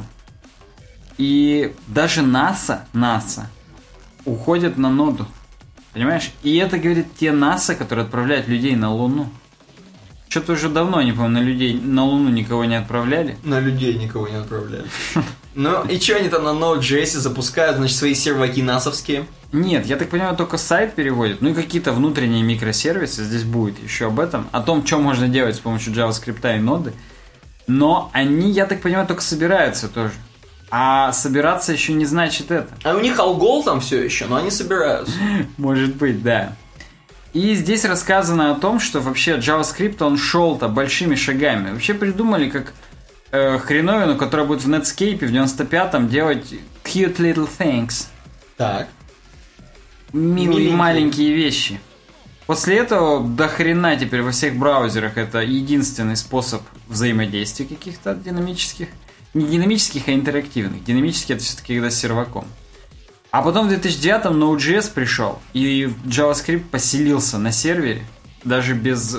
Speaker 1: И даже NASA уходит на ноду. Понимаешь? И это, говорит, те NASA, которые отправляют людей на Луну. Что-то уже давно, не помню, на Луну никого не отправляли.
Speaker 2: На людей никого не отправляли. Ну, и что они там на Node.js запускают, значит, свои серваки насовские?
Speaker 1: Нет, я так понимаю, только сайт переводит. Ну и какие-то внутренние микросервисы. Здесь будет еще об этом. О том, что можно делать с помощью JavaScript и ноды. Но они, я так понимаю, только собираются тоже. А собираться еще не значит это.
Speaker 2: А у них алгол там все еще, но они собираются.
Speaker 1: Может быть, да. И здесь рассказано о том, что вообще JavaScript, он шел-то большими шагами. Вообще придумали как хреновину, которая будет в Netscape в 95-м делать cute little things.
Speaker 2: Так.
Speaker 1: Милые маленькие вещи. После этого до хрена теперь во всех браузерах это единственный способ взаимодействия каких-то динамических. Не динамических, а интерактивных. Динамические это все-таки когда с серваком. А потом в 2009-м Node.js пришел, и JavaScript поселился на сервере, даже без...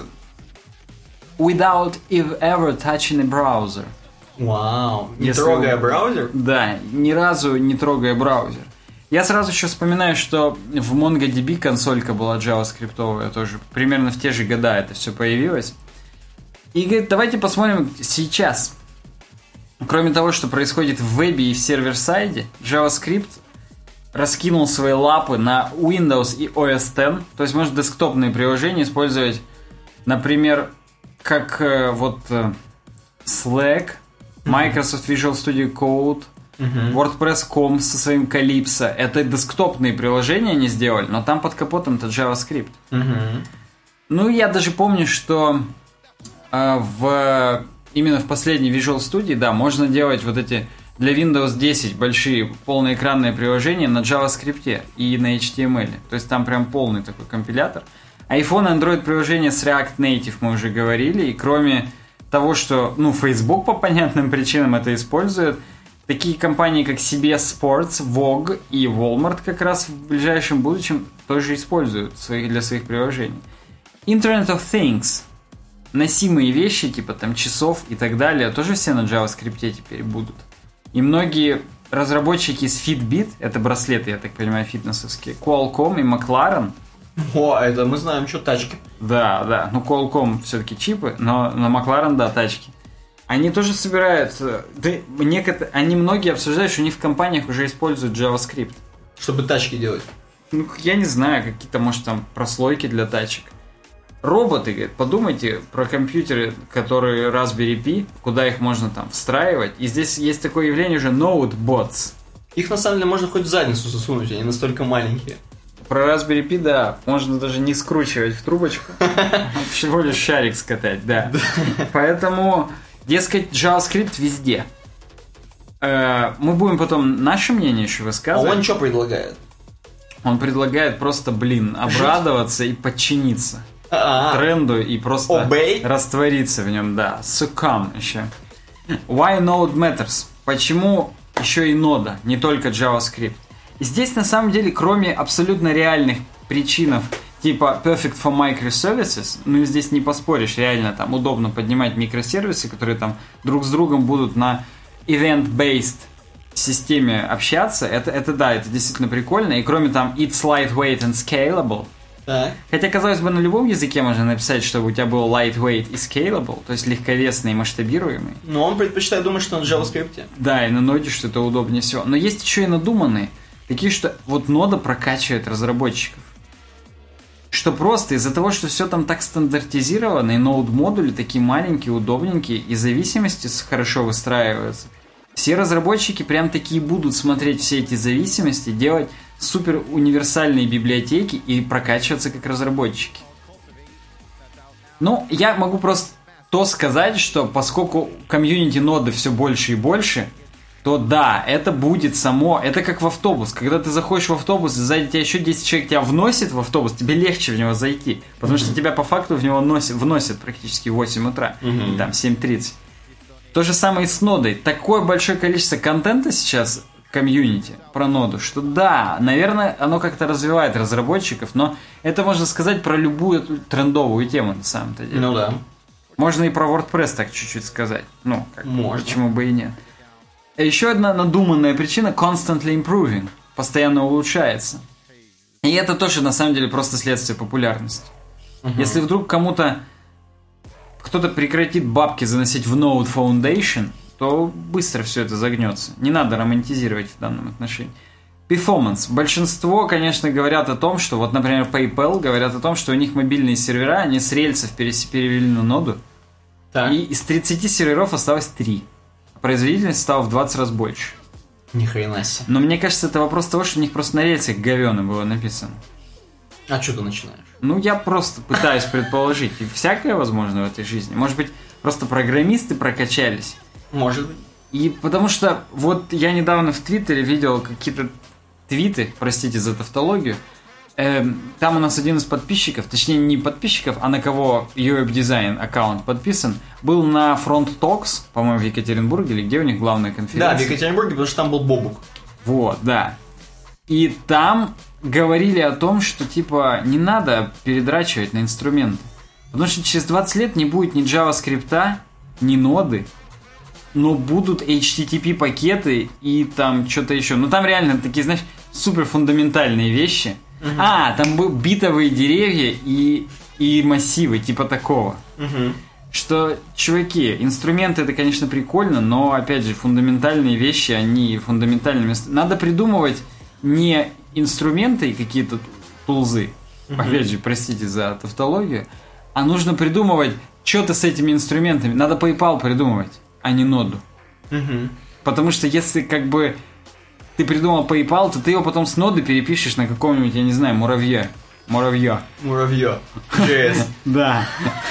Speaker 1: Without ever touching a browser.
Speaker 2: Вау, не трогая браузер?
Speaker 1: Да, ни разу не трогая браузер. Я сразу еще вспоминаю, что в MongoDB консолька была JavaScript-овая тоже. Примерно в те же года это все появилось. И говорит, давайте посмотрим сейчас. Кроме того, что происходит в вебе и в сервер-сайде, JavaScript раскинул свои лапы на Windows и OS X. То есть можно десктопные приложения использовать, например, как Slack, Microsoft Visual Studio Code, WordPress.com со своим Calypso. Это десктопные приложения они сделали, но там под капотом-то JavaScript. Ну, я даже помню, что именно в последней Visual Studio, да, можно делать вот эти для Windows 10 большие полноэкранные приложения на JavaScript и на HTML. То есть там прям полный такой компилятор. iPhone и Android приложения с React Native мы уже говорили. И кроме того, что Facebook по понятным причинам это использует, такие компании, как CBS Sports, Vogue и Walmart как раз в ближайшем будущем тоже используют для своих приложений. Internet of Things. Носимые вещи, типа там часов и так далее, тоже все на JavaScript теперь будут. И многие разработчики из Fitbit, это браслеты, я так понимаю, фитнесовские, Qualcomm и McLaren.
Speaker 2: О, это мы знаем, что тачки.
Speaker 1: Да. Ну, Qualcomm все-таки чипы, но на McLaren, да, тачки. Они тоже собирают... Да, они многие обсуждают, что у них в компаниях уже используют JavaScript.
Speaker 2: Чтобы тачки делать?
Speaker 1: Ну, я не знаю, какие-то, может, там прослойки для тачек. Роботы, говорит, подумайте про компьютеры, которые Raspberry Pi, куда их можно там встраивать. И здесь есть такое явление уже Node-bots.
Speaker 2: Их на самом деле можно хоть в задницу засунуть, они настолько маленькие.
Speaker 1: Про Raspberry Pi, да, можно даже не скручивать в трубочку, всего лишь шарик скатать, да. Поэтому, дескать, JavaScript везде. Мы будем потом наше мнение еще высказывать.
Speaker 2: А он что предлагает?
Speaker 1: Он предлагает просто, обрадоваться и подчиниться тренду и просто раствориться в нем, да. Succumb еще. Why Node matters? Почему еще и нода, не только JavaScript? И здесь на самом деле, кроме абсолютно реальных причин, типа Perfect for Microservices, ну здесь не поспоришь, реально там удобно поднимать микросервисы, которые там друг с другом будут на event-based системе общаться, это да, это действительно прикольно. И кроме там it's lightweight and scalable.
Speaker 2: Так.
Speaker 1: Хотя, казалось бы, на любом языке можно написать, чтобы у тебя был lightweight и scalable, то есть легковесный и масштабируемый.
Speaker 2: Но он предпочитает думать, что на JavaScript.
Speaker 1: Да, и на ноде, что это удобнее всего. Но есть еще и надуманные, такие, что вот нода прокачивает разработчиков. Что просто из-за того, что все там так стандартизировано, и ноуд-модули такие маленькие, удобненькие, и зависимости хорошо выстраиваются, все разработчики прям такие будут смотреть все эти зависимости, делать супер универсальные библиотеки и прокачиваться как разработчики. Ну, я могу просто то сказать, что поскольку комьюнити ноды все больше и больше, то да, это будет само, это как в автобус. Когда ты заходишь в автобус, сзади тебя еще 10 человек тебя вносит в автобус, тебе легче в него зайти, потому что тебя по факту в него вносят практически в 8 утра, там 7:30. То же самое и с нодой. Такое большое количество контента сейчас в комьюнити про ноду, что да, наверное, оно как-то развивает разработчиков, но это можно сказать про любую трендовую тему на самом-то деле.
Speaker 2: Ну да.
Speaker 1: Можно и про WordPress так чуть-чуть сказать. Ну, как
Speaker 2: можно.
Speaker 1: Почему бы и нет. Еще одна надуманная причина – constantly improving. Постоянно улучшается. И это тоже, на самом деле, просто следствие популярности. Если вдруг кто-то прекратит бабки заносить в Node Foundation, то быстро все это загнется. Не надо романтизировать в данном отношении. Performance. Большинство, конечно, говорят о том, что, вот, например, PayPal говорят о том, что у них мобильные сервера, они с рельсов перевели на ноду.
Speaker 2: Так.
Speaker 1: И из 30 серверов осталось 3. Производительность стала в 20 раз больше.
Speaker 2: Ни хрена себе.
Speaker 1: Но мне кажется, это вопрос того, что у них просто на рельсах говёно было написано.
Speaker 2: А что ты начинаешь?
Speaker 1: Ну, я просто пытаюсь предположить. И всякое возможно в этой жизни. Может быть, просто программисты прокачались.
Speaker 2: Может быть.
Speaker 1: И потому что вот я недавно в Твиттере видел какие-то твиты, простите за тавтологию. Там у нас один из подписчиков, точнее не подписчиков, а на кого Europe Design аккаунт подписан, был на Front Talks, по-моему, в Екатеринбурге, или где у них главная конференция.
Speaker 2: Да, в Екатеринбурге, потому что там был Бобук.
Speaker 1: Вот, да. И там говорили о том, что типа не надо передрачивать на инструменты. Потому что через 20 лет не будет ни JavaScript, ни ноды, но будут HTTP пакеты и там что-то еще. Ну там реально такие, знаешь, супер фундаментальные вещи. Там были битовые деревья и массивы, типа такого. Что, чуваки, инструменты это, конечно, прикольно, но, опять же, фундаментальные вещи, они фундаментальными. Надо придумывать не инструменты и какие-то тулзы, опять же, простите за тавтологию, а нужно придумывать что-то с этими инструментами. Надо PayPal придумывать, а не ноду. Потому что если как бы ты придумал PayPal, то ты его потом с ноды перепишешь на каком-нибудь, я не знаю, муравья.
Speaker 2: JS.
Speaker 1: Да.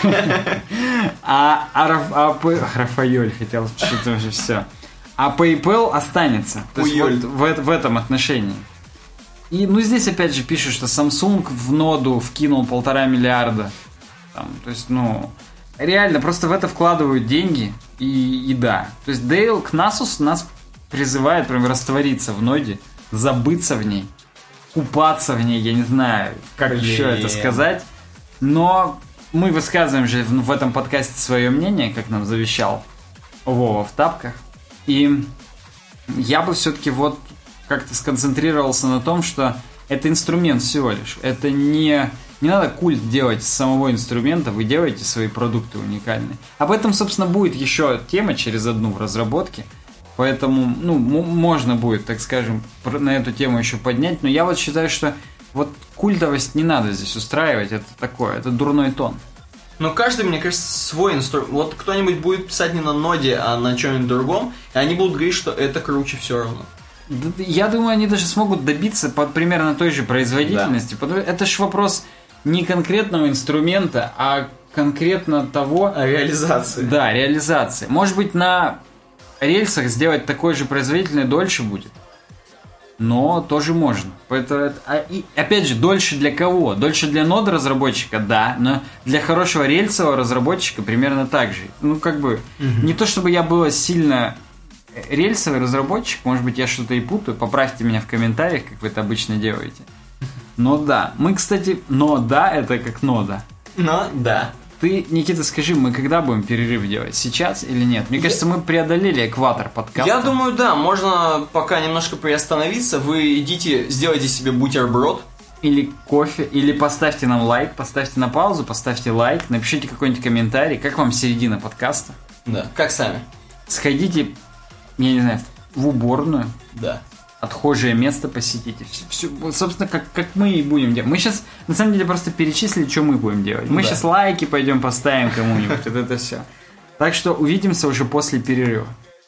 Speaker 1: Рафаэль хотел, что-то уже все. А PayPal останется. То есть вот в этом отношении. И, ну, здесь опять же пишут, что Samsung в ноду вкинул 1,5 миллиарда. Там, то есть, ну, реально, просто в это вкладывают деньги. И да. То есть Дейл Кнасус нас призывает прям раствориться в ноде, забыться в ней, купаться в ней, я не знаю, как еще это сказать. Но мы высказываем же в этом подкасте свое мнение, как нам завещал Вова в тапках. И я бы все-таки вот как-то сконцентрировался на том, что это инструмент всего лишь. Это не надо культ делать с самого инструмента, вы делаете свои продукты уникальные. Об этом, собственно, будет еще тема через одну в разработке. Поэтому, ну, можно будет, так скажем, на эту тему еще поднять. Но я вот считаю, что вот культовость не надо здесь устраивать. Это такое, это дурной тон.
Speaker 2: Но каждый, мне кажется, свой инструмент. Вот кто-нибудь будет писать не на ноде, а на чем-нибудь другом, и они будут говорить, что это круче все равно.
Speaker 1: Я думаю, они даже смогут добиться примерно той же производительности. Да. Это же вопрос не конкретного инструмента, а конкретно того...
Speaker 2: Реализации.
Speaker 1: Да, реализации. Может быть, на рельсах сделать такой же производительный дольше будет. Но тоже можно. Поэтому, и опять же, дольше для кого? Дольше для ноды разработчика, да, но для хорошего рельсового разработчика примерно так же. Ну, как бы, не то чтобы я был сильно рельсовый разработчик, может быть, я что-то и путаю, поправьте меня в комментариях, как вы это обычно делаете. Но да, мы, кстати, но да, это как нода.
Speaker 2: Но да.
Speaker 1: Ты, Никита, скажи, мы когда будем перерыв делать? Сейчас или нет? Мне кажется, мы преодолели экватор подкаста.
Speaker 2: Я думаю, да, можно пока немножко приостановиться. Вы идите, сделайте себе бутерброд.
Speaker 1: Или кофе, или поставьте нам лайк, поставьте на паузу, поставьте лайк, напишите какой-нибудь комментарий. Как вам середина подкаста?
Speaker 2: Да, как сами.
Speaker 1: Сходите, я не знаю, в уборную.
Speaker 2: Да.
Speaker 1: Отхожее место посетите. Все, собственно, как мы и будем делать. Мы сейчас, на самом деле, просто перечислили, что мы будем делать. Мы сейчас лайки пойдем поставим кому-нибудь. Вот это все. Так что увидимся уже после перерыва.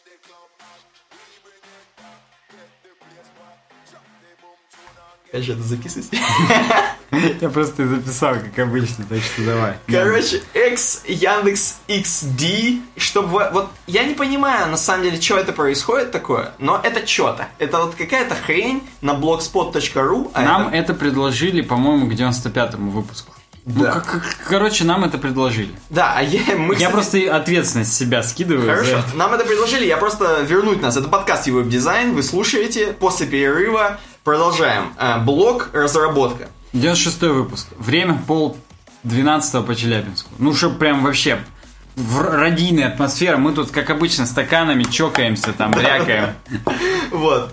Speaker 2: Опять же, это записывать?
Speaker 1: Я просто записал, как обычно, так что давай.
Speaker 2: Короче, Яндекс.XD, чтобы... Вот я не понимаю, на самом деле, что это происходит такое, но это что-то. Это вот какая-то хрень на blogspot.ru.
Speaker 1: Нам это предложили, по-моему, к 95-му выпуску.
Speaker 2: Да.
Speaker 1: Ну, короче, нам это предложили.
Speaker 2: Да,
Speaker 1: я просто ответственность с себя скидываю.
Speaker 2: Хорошо, нам это предложили, я просто вернуть нас. Это подкаст «Веб-дизайн», вы слушаете, после перерыва продолжаем. Блог «Разработка».
Speaker 1: 96-й выпуск. Время 11:30 по Челябинску. Ну, что прям вообще в радийной атмосфере. Мы тут, как обычно, стаканами чокаемся, там, брякаем.
Speaker 2: Вот.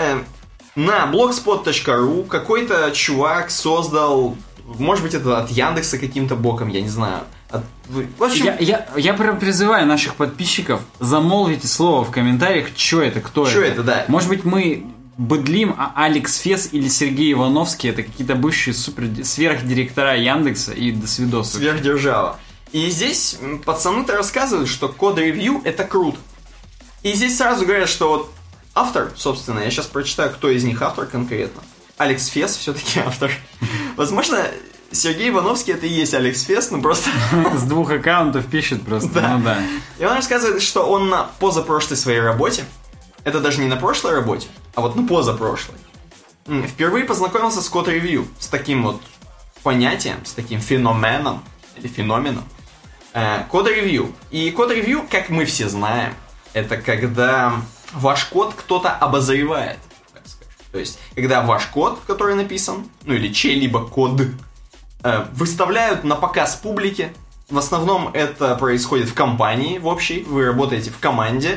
Speaker 2: На blogspot.ru какой-то чувак создал... Может быть, это от Яндекса каким-то боком, я не знаю. В общем...
Speaker 1: Я прям призываю наших подписчиков, замолвите слово в комментариях, что это, кто это.
Speaker 2: Что это, да.
Speaker 1: Может быть, мы быдлим, а Алекс Фес или Сергей Ивановский это какие-то бывшие сверхдиректора Яндекса и до свидос.
Speaker 2: Сверхдержава. И здесь пацаны-то рассказывают, что код-ревью это круто. И здесь сразу говорят, что вот автор, собственно, я сейчас прочитаю, кто из них автор конкретно. Алекс Фес все-таки автор. Возможно, Сергей Ивановский это и есть Алекс Фес, но просто...
Speaker 1: С 2 аккаунтов пишет просто,
Speaker 2: да.
Speaker 1: Ну да.
Speaker 2: И он рассказывает, что он на позапрошлой своей работе, это даже не на прошлой работе, а вот на позапрошлой, впервые познакомился с код-ревью, с таким вот понятием, с таким феноменом, или феноменом, код-ревью. И код-ревью, как мы все знаем, это когда ваш код кто-то обозревает. То есть, когда ваш код, который написан, ну или чей-либо код, выставляют на показ публике. В основном это происходит в компании в общей. Вы работаете в команде.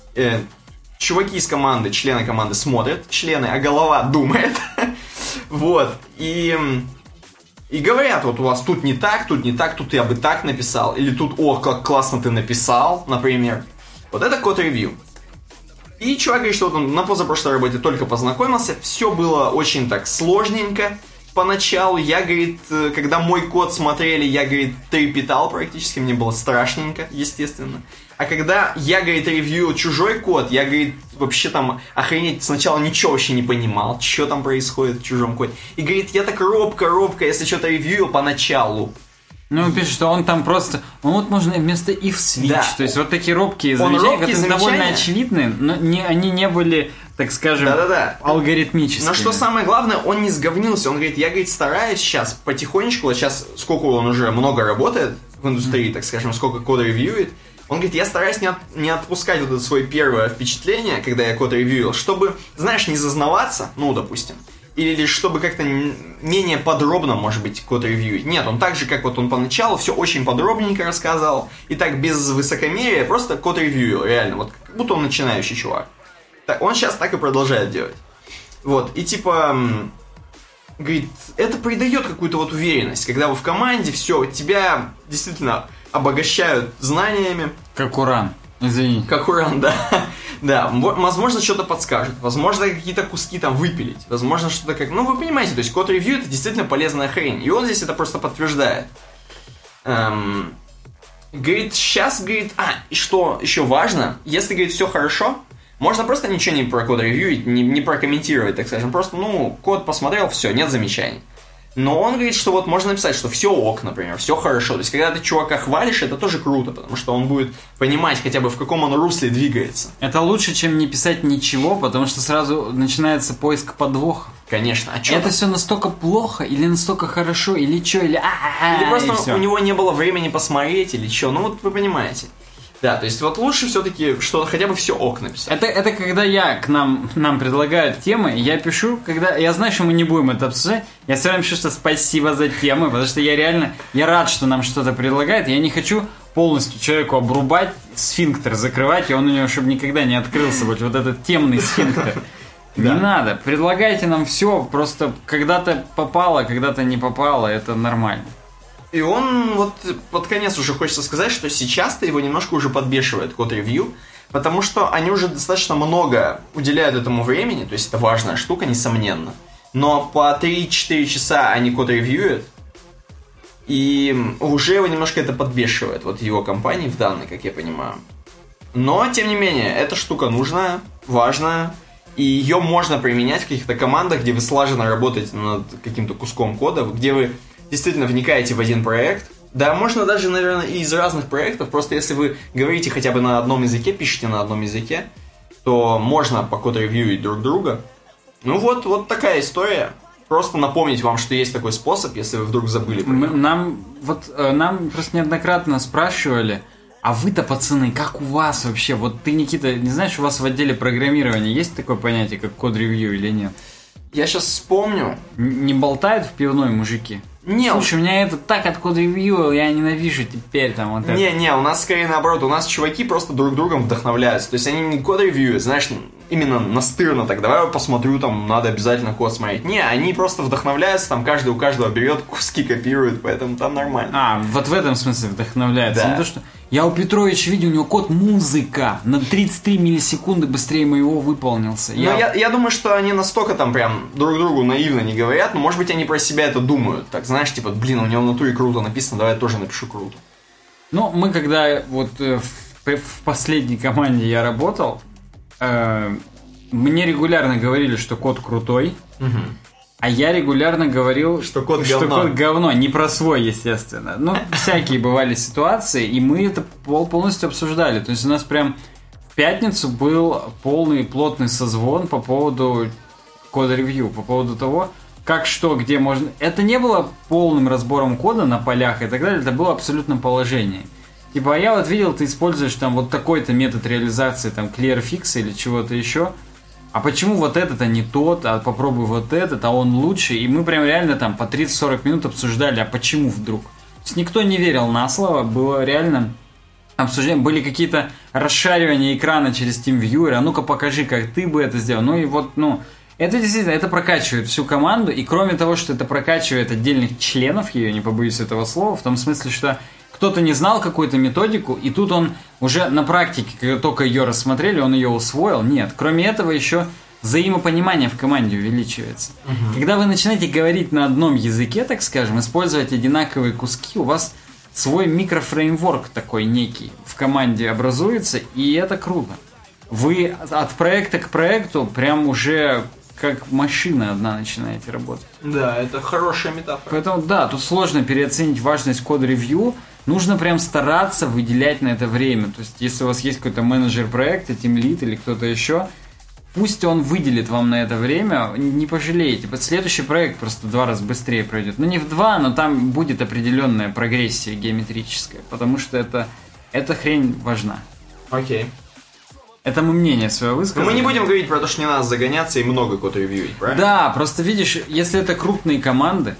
Speaker 2: Чуваки из команды, члены команды смотрят, а голова думает. Вот. И говорят, вот у вас тут не так, тут я бы так написал. Или тут, о, как классно ты написал, например. Вот это код-ревью. И чувак говорит, что он на позапрошлой работе только познакомился, все было очень так сложненько поначалу. Я, говорит, когда мой код смотрели, я, говорит, трепетал практически, мне было страшненько, естественно. А когда я, говорит, ревьюил чужой код, я, говорит, вообще там охренеть сначала ничего вообще не понимал, что там происходит в чужом коде. И, говорит, я так робко, если что-то ревьюил поначалу.
Speaker 1: Ну, он пишет, что он там просто... Ну, вот можно вместо if switch. Да. То есть, вот такие робкие замечания, которые довольно очевидны, но они не были, так скажем, алгоритмическими.
Speaker 2: Но что самое главное, он не сговнился. Он говорит, я, говорит, стараюсь сейчас потихонечку, вот сейчас, сколько он уже много работает в индустрии, так скажем, сколько кода ревьюет, он говорит, я стараюсь не отпускать вот это свое первое впечатление, когда я код ревьюил, чтобы, знаешь, не зазнаваться, ну, допустим, или чтобы как-то менее подробно, может быть, код ревьюить. Нет, он так же, как вот он поначалу, все очень подробненько рассказал, и так без высокомерия, просто код ревьюил, реально, вот как будто он начинающий чувак. Так, он сейчас так и продолжает делать. Вот, и типа, говорит, это придает какую-то вот уверенность, когда вы в команде, все, тебя действительно обогащают знаниями.
Speaker 1: Как Уран. Извини.
Speaker 2: Как Уран, да. Да, возможно, что-то подскажет. Возможно, какие-то куски там выпилить. Возможно, что-то как... Ну, вы понимаете, то есть код-ревью это действительно полезная хрень. И он здесь это просто подтверждает. Говорит, сейчас, говорит... и что еще важно, если, говорит, все хорошо, можно просто ничего не про код-ревьюить, не прокомментировать, так скажем. Просто, ну, код посмотрел, все, нет замечаний. Но он говорит, что вот можно написать, что все ок, например, все хорошо. То есть, когда ты чувака хвалишь, это тоже круто, потому что он будет понимать хотя бы, в каком он русле двигается.
Speaker 1: Это лучше, чем не писать ничего, потому что сразу начинается поиск подвоха.
Speaker 2: Конечно. А
Speaker 1: это все настолько плохо, или настолько хорошо, или что, или
Speaker 2: Или просто у него не было времени посмотреть, или что. Ну вот вы понимаете. Да, то есть вот лучше все-таки, что хотя бы все ок написать.
Speaker 1: Это когда нам предлагают темы, я пишу, когда я знаю, что мы не будем это обсуждать, я все время пишу, что спасибо за темы, потому что я рад, что нам что-то предлагают, я не хочу полностью человеку обрубать, сфинктер закрывать, и он у него, чтобы никогда не открылся, вот этот темный сфинктер. Не надо, предлагайте нам все, просто когда-то попало, когда-то не попало, это нормально.
Speaker 2: И он, вот под конец уже хочется сказать, что сейчас-то его немножко уже подбешивает код-ревью, потому что они уже достаточно много уделяют этому времени, то есть это важная штука, несомненно. Но по 3-4 часа они код-ревьюют, и уже его немножко это подбешивает, вот его компании в данной, как я понимаю. Но, тем не менее, эта штука нужная, важная, и ее можно применять в каких-то командах, где вы слаженно работаете над каким-то куском кода, где вы действительно вникаете в один проект. Да, можно даже, наверное, и из разных проектов. Просто если вы говорите хотя бы на одном языке, пишете на одном языке, то можно по код-ревьюить друг друга. Ну вот такая история. Просто напомнить вам, что есть такой способ, если вы вдруг забыли про него.
Speaker 1: Нам просто неоднократно спрашивали, а вы-то, пацаны, как у вас вообще? Вот ты, Никита, не знаешь, у вас в отделе программирования есть такое понятие, как код-ревью или нет?
Speaker 2: Я сейчас вспомню.
Speaker 1: Не болтают в пивной мужики?
Speaker 2: Не,
Speaker 1: слушай, у меня это так от код-ревью, я ненавижу теперь там вот это.
Speaker 2: Не, у нас скорее наоборот, у нас чуваки просто друг другом вдохновляются. То есть они не код-ревьюют, знаешь, именно настырно так, давай я посмотрю, там, надо обязательно код смотреть. Не, они просто вдохновляются, там каждый у каждого берет, куски копирует, поэтому там нормально.
Speaker 1: Вот в этом смысле вдохновляется.
Speaker 2: Да.
Speaker 1: Не то, что я у Петровича видел, у него код музыка на 33 миллисекунды быстрее моего выполнился.
Speaker 2: Я думаю, что они настолько там прям друг другу наивно не говорят, но может быть они про себя это думают. Так, знаешь, типа, блин, у него в натуре круто написано, давай я тоже напишу круто.
Speaker 1: Ну, мы когда вот в последней команде я работал, мне регулярно говорили, что код крутой, а я регулярно говорил,
Speaker 2: что код
Speaker 1: говно, не про свой, естественно. Ну, всякие бывали ситуации, и мы это полностью обсуждали. То есть у нас прям в пятницу был полный плотный созвон по поводу код-ревью, по поводу того, как что, где можно... Это не было полным разбором кода на полях и так далее, это было абсолютно положение. Типа, а я вот видел, ты используешь там вот такой-то метод реализации, там, clearfix или чего-то еще, а почему вот этот, а не тот, а попробуй вот этот, а он лучше, и мы прям реально там по 30-40 минут обсуждали, а почему вдруг. То есть никто не верил на слово, было реально обсуждение, были какие-то расшаривания экрана через TeamViewer, а ну-ка покажи, как ты бы это сделал, ну и вот, это действительно, это прокачивает всю команду, и кроме того, что это прокачивает отдельных членов ее, не побоюсь этого слова, в том смысле, что кто-то не знал какую-то методику, и тут он уже на практике, когда только ее рассмотрели, он ее усвоил. Нет, кроме этого еще взаимопонимание в команде увеличивается. Когда вы начинаете говорить на одном языке, так скажем, использовать одинаковые куски, у вас свой микрофреймворк такой некий в команде образуется, и это круто. Вы от проекта к проекту прям уже как машина одна начинаете работать.
Speaker 2: Да, это хорошая метафора.
Speaker 1: Поэтому, да, тут сложно переоценить важность код-ревью. Нужно прям стараться выделять на это время. То есть, если у вас есть какой-то менеджер проекта, тимлид или кто-то еще, пусть он выделит вам на это время, не пожалеете. Следующий проект просто 2 раза быстрее пройдет. Ну, не в 2, но там будет определенная прогрессия геометрическая, потому что эта хрень важна.
Speaker 2: Окей.
Speaker 1: Это мы мнение свое высказали.
Speaker 2: Но мы не будем говорить про то, что не надо загоняться и много код-ревьюить, правильно?
Speaker 1: Да, просто видишь, если это крупные команды,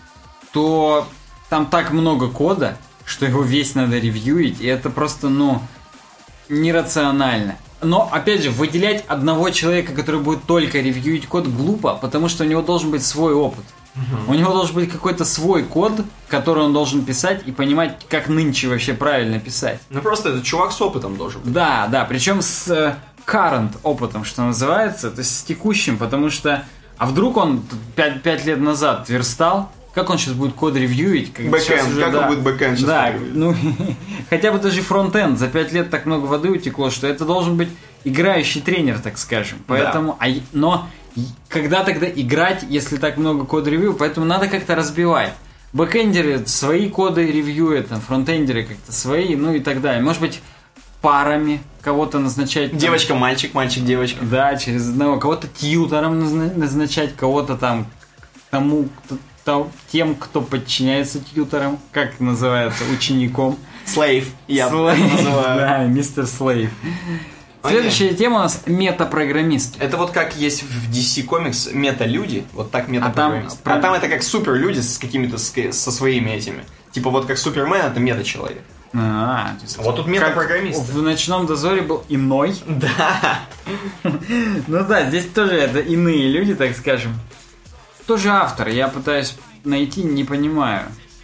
Speaker 1: то там так много кода, что его весь надо ревьюить, и это просто, нерационально. Но, опять же, выделять одного человека, который будет только ревьюить код, глупо, потому что у него должен быть свой опыт. У него должен быть какой-то свой код, который он должен писать и понимать, как нынче вообще правильно писать.
Speaker 2: Ну, просто этот чувак с опытом должен быть.
Speaker 1: Да, причем с current опытом, что называется, то есть с текущим, потому что... А вдруг он 5 лет назад верстал, как он сейчас будет код ревьюить?
Speaker 2: Бэкэнд, как он будет бэкэнд сейчас?
Speaker 1: Да, хотя бы даже фронтенд. За 5 лет так много воды утекло, что это должен быть играющий тренер, так скажем. Поэтому, да. Но когда тогда играть, если так много код-ревью? Поэтому надо как-то разбивать. Бэкэндеры свои коды ревьюют, фронтендеры как-то свои, и так далее. Может быть, парами кого-то назначать.
Speaker 2: Девочка-мальчик, мальчик-девочка.
Speaker 1: Да, через одного. Кого-то тьютором назначать, кого-то там тому, тем, кто подчиняется тьюторам, как называется, учеником.
Speaker 2: Слейв, я
Speaker 1: Слейв,
Speaker 2: называю.
Speaker 1: да, мистер Слейв. Следующая тема у нас метапрограммист.
Speaker 2: Это вот как есть в DC Comics мета-люди, вот так метапрограммист.
Speaker 1: А там
Speaker 2: это как супер-люди с какими-то, со своими этими. Типа вот как Супермен, это мета-человек. Вот тут метапрограммист.
Speaker 1: В «Ночном дозоре» был иной.
Speaker 2: Да.
Speaker 1: Ну да, здесь тоже это иные люди, так скажем. Кто же автор? Я пытаюсь найти, не понимаю.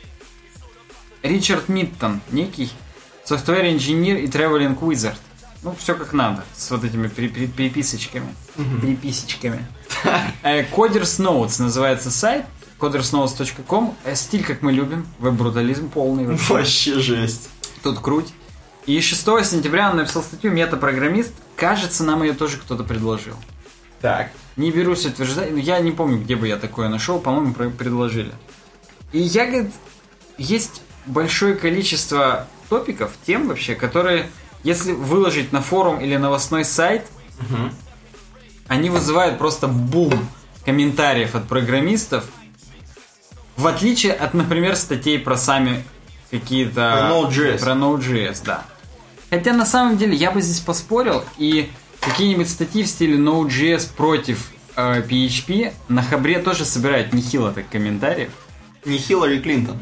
Speaker 1: Ричард Миттон, некий софтвер-инженер и traveling wizard. Ну, все как надо, с вот этими приписочками. Приписочками. Coders Notes называется сайт. codersnotes.com. Стиль, как мы любим. Веб-брутализм полный.
Speaker 2: Вообще жесть.
Speaker 1: Тут круть. И 6 сентября он написал статью «Метапрограммист». Кажется, нам ее тоже кто-то предложил.
Speaker 2: Так.
Speaker 1: Не берусь утверждать, но я не помню, где бы я такое нашел, по-моему, предложили. И я, говорит, есть большое количество топиков, тем вообще, которые, если выложить на форум или новостной сайт, они вызывают просто бум комментариев от программистов, в отличие от, например, статей про сами какие-то... Про Node.js, да. Хотя, на самом деле, я бы здесь поспорил, и какие-нибудь статьи в стиле Node.js против PHP на Хабре тоже собирают нехило так комментариев.
Speaker 2: Не Хиллари Клинтон.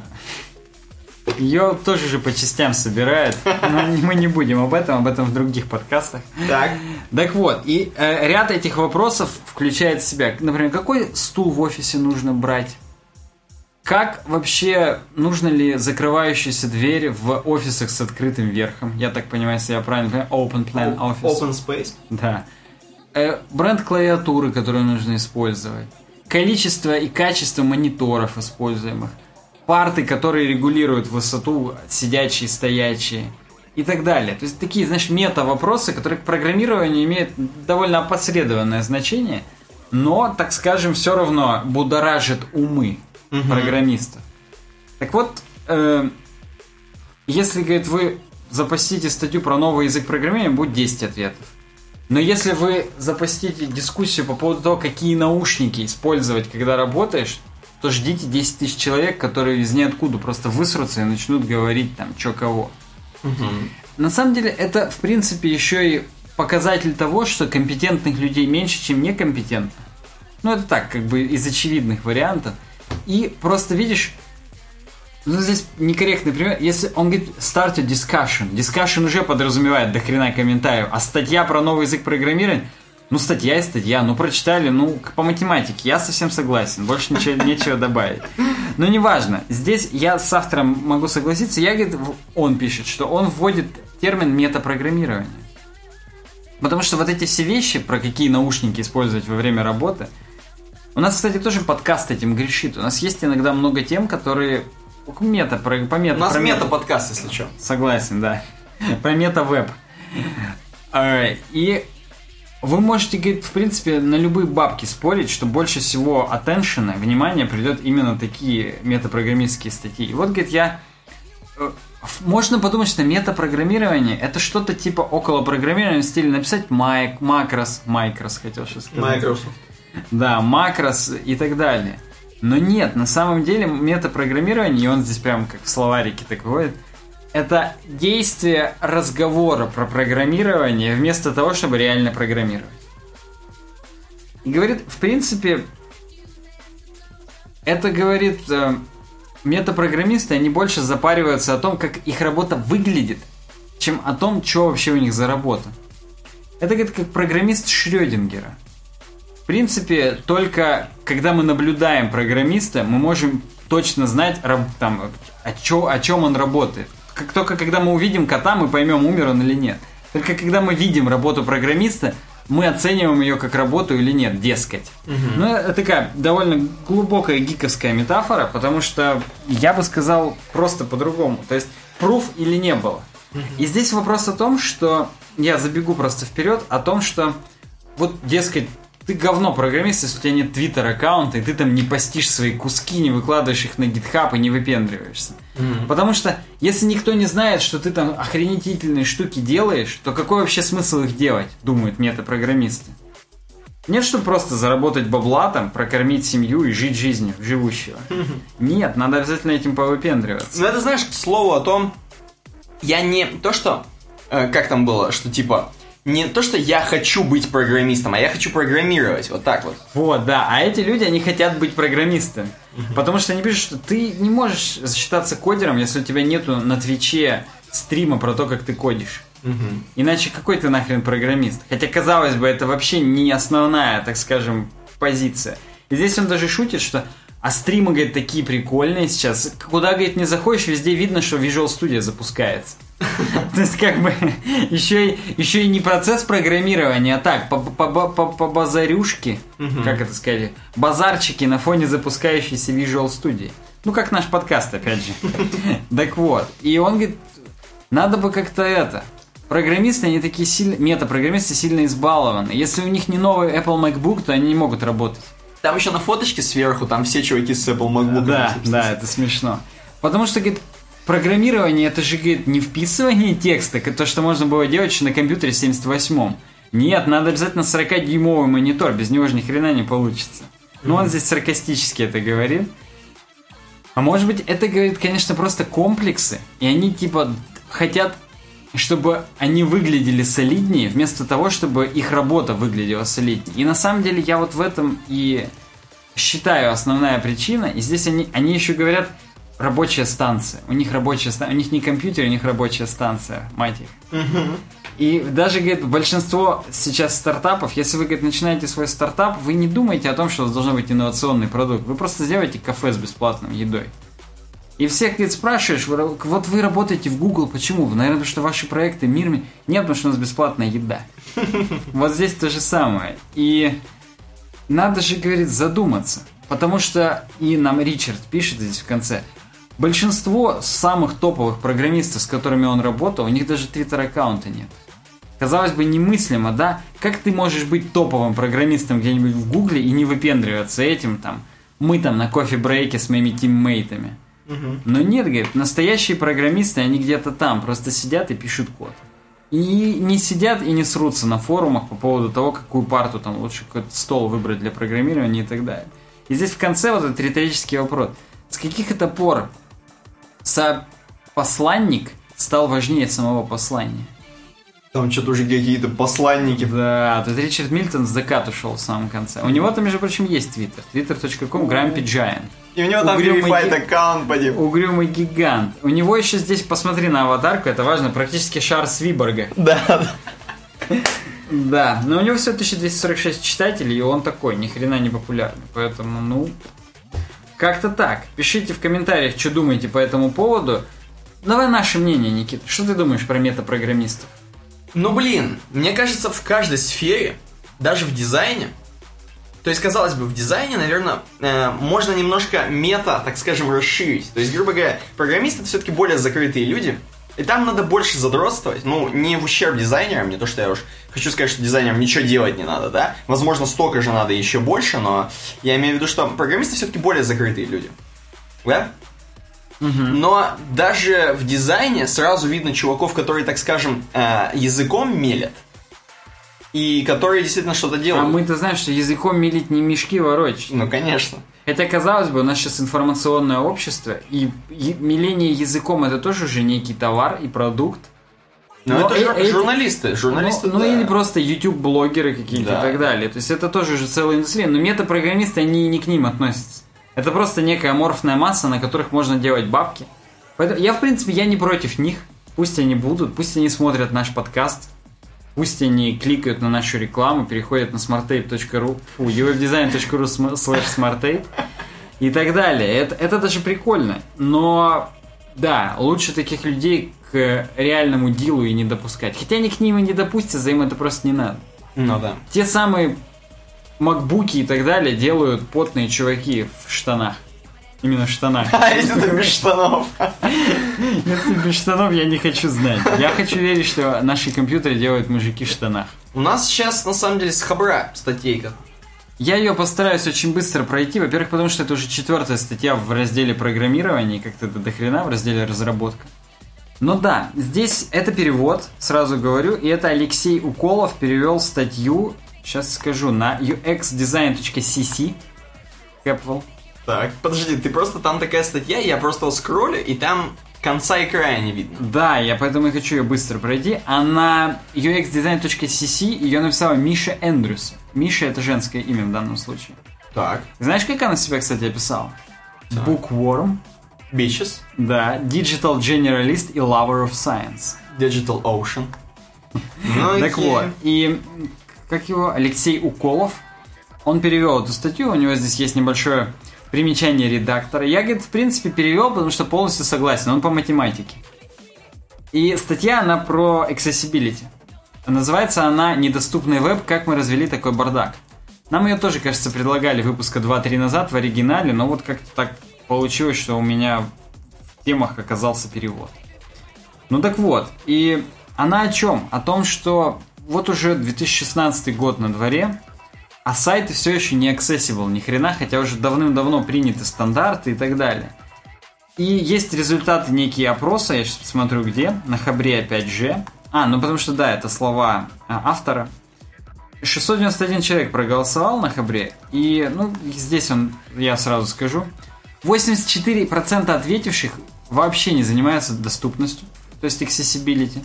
Speaker 1: Ее тоже же по частям собирают, но мы не будем об этом в других подкастах. Так вот, и ряд этих вопросов включает в себя, например, какой стул в офисе нужно брать? Как вообще, нужно ли закрывающаяся дверь в офисах с открытым верхом? Я так понимаю, если я правильно понимаю, Open Plan Office.
Speaker 2: Open Space.
Speaker 1: Да. Бренд клавиатуры, которую нужно использовать. Количество и качество мониторов используемых. Парты, которые регулируют высоту сидячие, стоячие. И так далее. То есть такие, знаешь, мета-вопросы, которые к программированию имеют довольно опосредованное значение, но, так скажем, все равно будоражит умы программистов. Так вот, если, говорит, вы запостите статью про новый язык программирования, будет 10 ответов. Но если вы запостите дискуссию по поводу того, какие наушники использовать, когда работаешь, то ждите 10 тысяч человек, которые из ниоткуда просто высрутся и начнут говорить там, чё кого. На самом деле, это, в принципе, еще и показатель того, что компетентных людей меньше, чем некомпетентных. Ну, это так, как бы из очевидных вариантов. И просто видишь, ну, здесь некорректный пример. Если он говорит start a discussion. Discussion уже подразумевает до хрена комментариев. А статья про новый язык программирования, ну, статья и статья. Ну, прочитали, ну, по математике. Я совсем согласен. Больше нечего добавить. Но неважно. Здесь я с автором могу согласиться. Я, говорит, он пишет, что он вводит термин метапрограммирования. Потому что вот эти все вещи, про какие наушники использовать во время работы... У нас, кстати, тоже подкаст этим грешит. У нас есть иногда много тем, которые... У нас
Speaker 2: мета-подкаст, если что.
Speaker 1: Согласен, да. Про мета-веб. И вы можете, говорит, в принципе, на любые бабки спорить, что больше всего attention, внимания придет именно такие метапрограммистские статьи. И вот, говорит, можно подумать, что метапрограммирование это что-то типа около программирования в стиле написать макрос, хотел сейчас сказать.
Speaker 2: Microsoft.
Speaker 1: Да, макрос и так далее. Но нет, на самом деле метапрограммирование, и он здесь прям как в словарике так выводит, это действие разговора про программирование вместо того, чтобы реально программировать. И говорит, в принципе, это, говорит, метапрограммисты, они больше запариваются о том, как их работа выглядит, чем о том, что вообще у них за работа. Это, говорит, как программист Шрёдингера. В принципе, только когда мы наблюдаем программиста, мы можем точно знать, там, о чем он работает. Только когда мы увидим кота, мы поймем, умер он или нет. Только когда мы видим работу программиста, мы оцениваем ее как работу или нет, дескать. Ну, это такая довольно глубокая гиковская метафора, потому что я бы сказал просто по-другому. То есть, пруф или не было. И здесь вопрос о том, что... Я забегу просто вперед, о том, что... Вот, дескать, ты говно программист, если у тебя нет твиттер-аккаунта, и ты там не постишь свои куски, не выкладываешь их на GitHub и не выпендриваешься. Потому что, если никто не знает, что ты там охренительные штуки делаешь, то какой вообще смысл их делать, думают метапрограммисты. Нет, чтобы просто заработать бабла, там, прокормить семью и жить жизнью живущего. Нет, надо обязательно этим повыпендриваться.
Speaker 2: Ну, это, знаешь, к слову о том, я не то, что... как там было, что типа... Не то, что я хочу быть программистом, а я хочу программировать. Вот так вот.
Speaker 1: Вот, да. А эти люди, они хотят быть программистами. Потому что они пишут, что ты не можешь считаться кодером, если у тебя нету на Твиче стрима про то, как ты кодишь. Иначе какой ты нахрен программист? Хотя, казалось бы, это вообще не основная, так скажем, позиция. И здесь он даже шутит, что а стримы, говорит, такие прикольные сейчас. Куда, говорит, не заходишь, везде видно, что Visual Studio запускается. То есть, как бы, еще и не процесс программирования, а так, по базарюшке, как это сказать, базарчики на фоне запускающейся Visual Studio. Ну, как наш подкаст, опять же. Так вот. И он говорит, надо бы как-то это... Программисты, они такие сильно... Мета-программисты сильно избалованы. Если у них не новый Apple MacBook, то они не могут работать.
Speaker 2: Там еще на фоточке сверху, там все чуваки с Apple MacBook.
Speaker 1: Да, это смешно. Потому что, говорит, программирование, это же, говорит, не вписывание текста, то, что можно было делать еще на компьютере 78-м. Нет, надо обязательно 40-дюймовый монитор, без него же ни хрена не получится. Но он здесь саркастически это говорит. А может быть, это, говорит, конечно, просто комплексы, и они, типа, хотят... чтобы они выглядели солиднее, вместо того, чтобы их работа выглядела солиднее. И на самом деле я вот в этом и считаю основная причина. И здесь они еще говорят рабочая станция. У них рабочая станция. У них не компьютер, у них рабочая станция, мать их. И даже, говорит, большинство сейчас стартапов, если вы, говорит, начинаете свой стартап, вы не думаете о том, что у вас должен быть инновационный продукт. Вы просто сделаете кафе с бесплатной едой. И всех, говорит, спрашиваешь, вот вы работаете в Google, почему? Наверное, потому что ваши проекты мирными... Нет, потому что у нас бесплатная еда. Вот здесь то же самое. И надо же, говорит, задуматься. Потому что, и нам Ричард пишет здесь в конце, большинство самых топовых программистов, с которыми он работал, у них даже твиттер-аккаунта нет. Казалось бы, немыслимо, да? Как ты можешь быть топовым программистом где-нибудь в Гугле и не выпендриваться этим, там, мы там на кофе-брейке с моими тиммейтами? Но нет, говорит, настоящие программисты, они где-то там, просто сидят и пишут код. И не сидят и не срутся на форумах по поводу того, какую парту там лучше какой-то стол выбрать для программирования и так далее. И здесь в конце вот этот риторический вопрос. С каких это пор посланник стал важнее самого послания?
Speaker 2: Там что-то уже какие-то посланники.
Speaker 1: Да, тут Ричард Мильтон в закат ушел в самом конце. У него там, между прочим, есть твиттер. Twitter.com Grumpy Giant.
Speaker 2: И у него там верифайд аккаунт, поди.
Speaker 1: Угрюмый гигант. У него еще здесь, посмотри на аватарку, это важно, практически шар Свиборга.
Speaker 2: Да.
Speaker 1: Да, но у него всего 1246 читателей, и он такой, ни хрена не популярный. Поэтому, ну, как-то так. Пишите в комментариях, что думаете по этому поводу. Давай наше мнение, Никита. Что ты думаешь про метапрограммистов?
Speaker 2: Ну, блин, мне кажется, в каждой сфере, даже в дизайне, то есть, казалось бы, в дизайне, наверное, можно немножко мета, так скажем, расширить. То есть, грубо говоря, программисты — это все-таки более закрытые люди, и там надо больше задротствовать, ну, не в ущерб дизайнерам, не то, что я уж хочу сказать, что дизайнерам ничего делать не надо, да? Возможно, столько же надо еще больше, но я имею в виду, что программисты все-таки более закрытые люди. Да? Но даже в дизайне сразу видно чуваков, которые, так скажем, языком мелят. И которые действительно что-то делают.
Speaker 1: А мы-то знаем, что языком мелить не мешки ворочать.
Speaker 2: Ну, конечно.
Speaker 1: Хотя, казалось бы, у нас сейчас информационное общество, и меление языком — это тоже уже некий товар и продукт.
Speaker 2: Но это журналисты.
Speaker 1: Ну,
Speaker 2: да.
Speaker 1: или просто YouTube-блогеры какие-то, да, и так далее. То есть это тоже уже целая индустрия. Но метапрограммисты, они не к ним относятся. Это просто некая аморфная масса, на которых можно делать бабки. Поэтому я, в принципе, я не против них. Пусть они будут, пусть они смотрят наш подкаст. Пусть они кликают на нашу рекламу, переходят на smarttape.ru, uwebdesign.ru/smarttape и так далее. Это даже прикольно. Но, да, лучше таких людей к реальному дилу и не допускать. Хотя они к ним и не допустятся, им это просто не надо.
Speaker 2: Ну да.
Speaker 1: Те самые макбуки и так далее делают потные чуваки в штанах. Именно в штанах.
Speaker 2: Если ты без штанов.
Speaker 1: Если без штанов, я не хочу знать. Я хочу верить, что наши компьютеры делают мужики в штанах.
Speaker 2: У нас сейчас, на самом деле, с Хабра статейка.
Speaker 1: Я ее постараюсь очень быстро пройти. Во-первых, потому что это уже 4-я статья в разделе программирования, как-то это дохрена в разделе разработка. Но да, здесь это перевод, сразу говорю, и это Алексей Уколов перевел статью Сейчас скажу. На uxdesign.cc. Capval.
Speaker 2: Так, подожди, ты просто там такая статья, я просто вот скроллю, и там конца и края не видно.
Speaker 1: Да, я поэтому и хочу ее быстро пройти. А на uxdesign.cc ее написала Миша Эндрюс. Миша — это женское имя в данном случае.
Speaker 2: Так.
Speaker 1: Знаешь, как она себя, кстати, описала?
Speaker 2: Так.
Speaker 1: Bookworm.
Speaker 2: Bitches.
Speaker 1: Да, Digital Generalist и Lover of Science.
Speaker 2: Digital Ocean. Ну,
Speaker 1: так вот, и как его, Алексей Уколов, он перевел эту статью, у него здесь есть небольшое примечание редактора. Я, говорит, в принципе перевел, потому что полностью согласен, он по математике. И статья, она про accessibility. Называется она «Недоступный веб. Как мы развели такой бардак». Нам ее тоже, кажется, предлагали выпуска 2-3 назад в оригинале, но вот как-то так получилось, что у меня в темах оказался перевод. Ну так вот, и она о чем? О том, что вот уже 2016 год на дворе, а сайты все еще не accessible ни хрена, хотя уже давным-давно приняты стандарты и так далее. И есть результаты некие опроса, я сейчас посмотрю где, на Хабре опять же. Ну потому что да, это слова автора. 691 человек проголосовал на Хабре, и здесь я сразу скажу, 84% ответивших вообще не занимаются доступностью, то есть accessibility.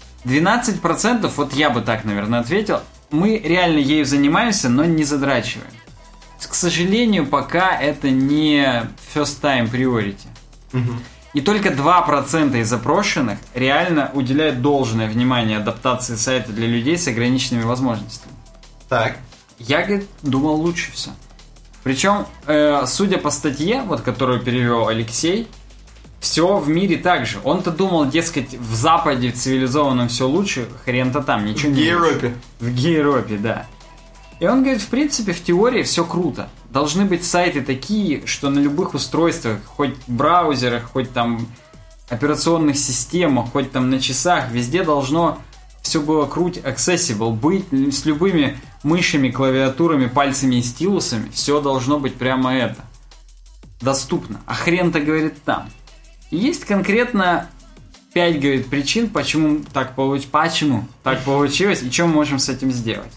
Speaker 1: 12%, вот я бы так, наверное, ответил, мы реально ею занимаемся, но не задрачиваем. К сожалению, пока это не first time priority.
Speaker 2: Угу.
Speaker 1: И только 2% из опрошенных реально уделяют должное внимание адаптации сайта для людей с ограниченными возможностями.
Speaker 2: Так.
Speaker 1: Я, говорит, думал лучше все. Причем, судя по статье, вот которую перевел Алексей, все в мире так же. Он-то думал, дескать, в Западе, в цивилизованном все лучше, хрен-то там, ничего не лучше. В Гейропе, да. И он говорит, в принципе, в теории все круто. Должны быть сайты такие, что на любых устройствах, хоть в браузерах, хоть там операционных системах, хоть там на часах, везде должно все было круть, accessible, быть с любыми мышами, клавиатурами, пальцами и стилусами. Все должно быть прямо это. Доступно. А хрен-то, говорит, там. И есть конкретно 5, говорит, причин, почему так получилось и что мы можем с этим сделать.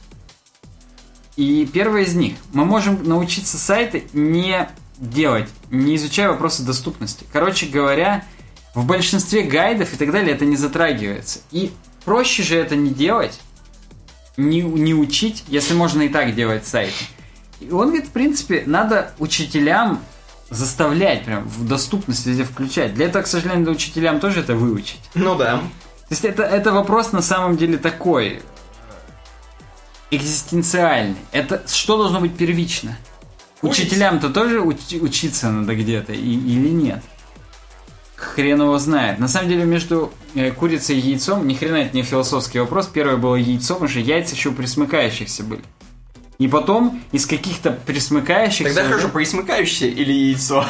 Speaker 1: И первое из них. Мы можем научиться сайты не делать, не изучая вопросы доступности. Короче говоря, в большинстве гайдов и так далее это не затрагивается. И проще же это не делать, не учить, если можно и так делать сайты. И он говорит, в принципе, надо учителям заставлять прям в доступность везде включать. Для этого, к сожалению, надо учителям тоже это выучить.
Speaker 2: Ну да.
Speaker 1: То есть это вопрос на самом деле такой экзистенциальный. Это что должно быть первично? Учителям-то тоже учиться надо где-то или нет? Хрен его знает. На самом деле между курицей и яйцом ни хрена это не философский вопрос. Первое было яйцо, потому что яйца еще у присмыкающихся были. И потом из каких-то присмыкающихся...
Speaker 2: Тогда хорошо, присмыкающийся или яйцо?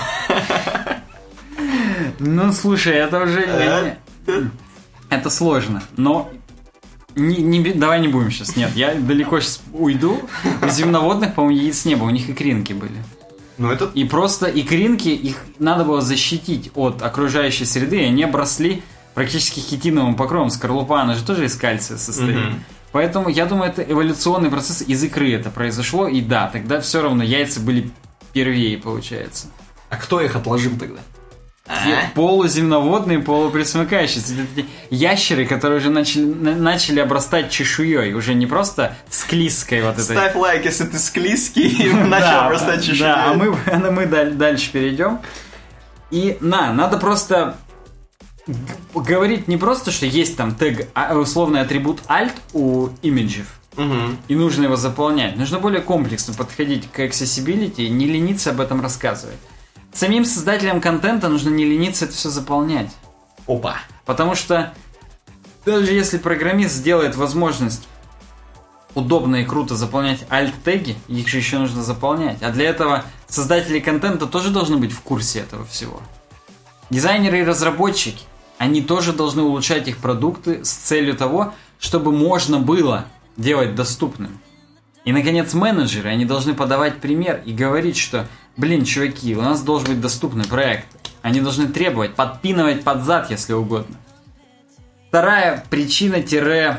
Speaker 1: Ну, слушай, это уже... Это сложно. Но давай не будем сейчас. Нет, я далеко сейчас уйду. У земноводных, по-моему, яиц не было. У них икринки были. И просто икринки, их надо было защитить от окружающей среды, и они обросли практически хитиновым покровом. Скорлупа, она же тоже из кальция состоит. Поэтому, я думаю, это эволюционный процесс, из икры это произошло, и да, тогда все равно яйца были первее, получается.
Speaker 2: А кто их отложил тогда?
Speaker 1: Полуземноводные, полупресмыкающиеся. Это ящеры, которые уже начали обрастать чешуей. Уже не просто склизкой вот этой.
Speaker 2: Ставь лайк, если ты склизкий и начал обрастать чешуей.
Speaker 1: Да, а мы дальше перейдем. И надо просто говорить не просто, что есть там тег, условный атрибут alt у имиджев. И нужно его заполнять. Нужно более комплексно подходить к accessibility и не лениться об этом рассказывать. Самим создателям контента нужно не лениться это все заполнять.
Speaker 2: Опа.
Speaker 1: Потому что даже если программист сделает возможность удобно и круто заполнять alt-теги, их же еще нужно заполнять. А для этого создатели контента тоже должны быть в курсе этого всего. Дизайнеры и разработчики, они тоже должны улучшать их продукты с целью того, чтобы можно было делать доступным. И, наконец, менеджеры, они должны подавать пример и говорить, что, блин, чуваки, у нас должен быть доступный проект. Они должны требовать, подпинывать под зад, если угодно. Вторая причина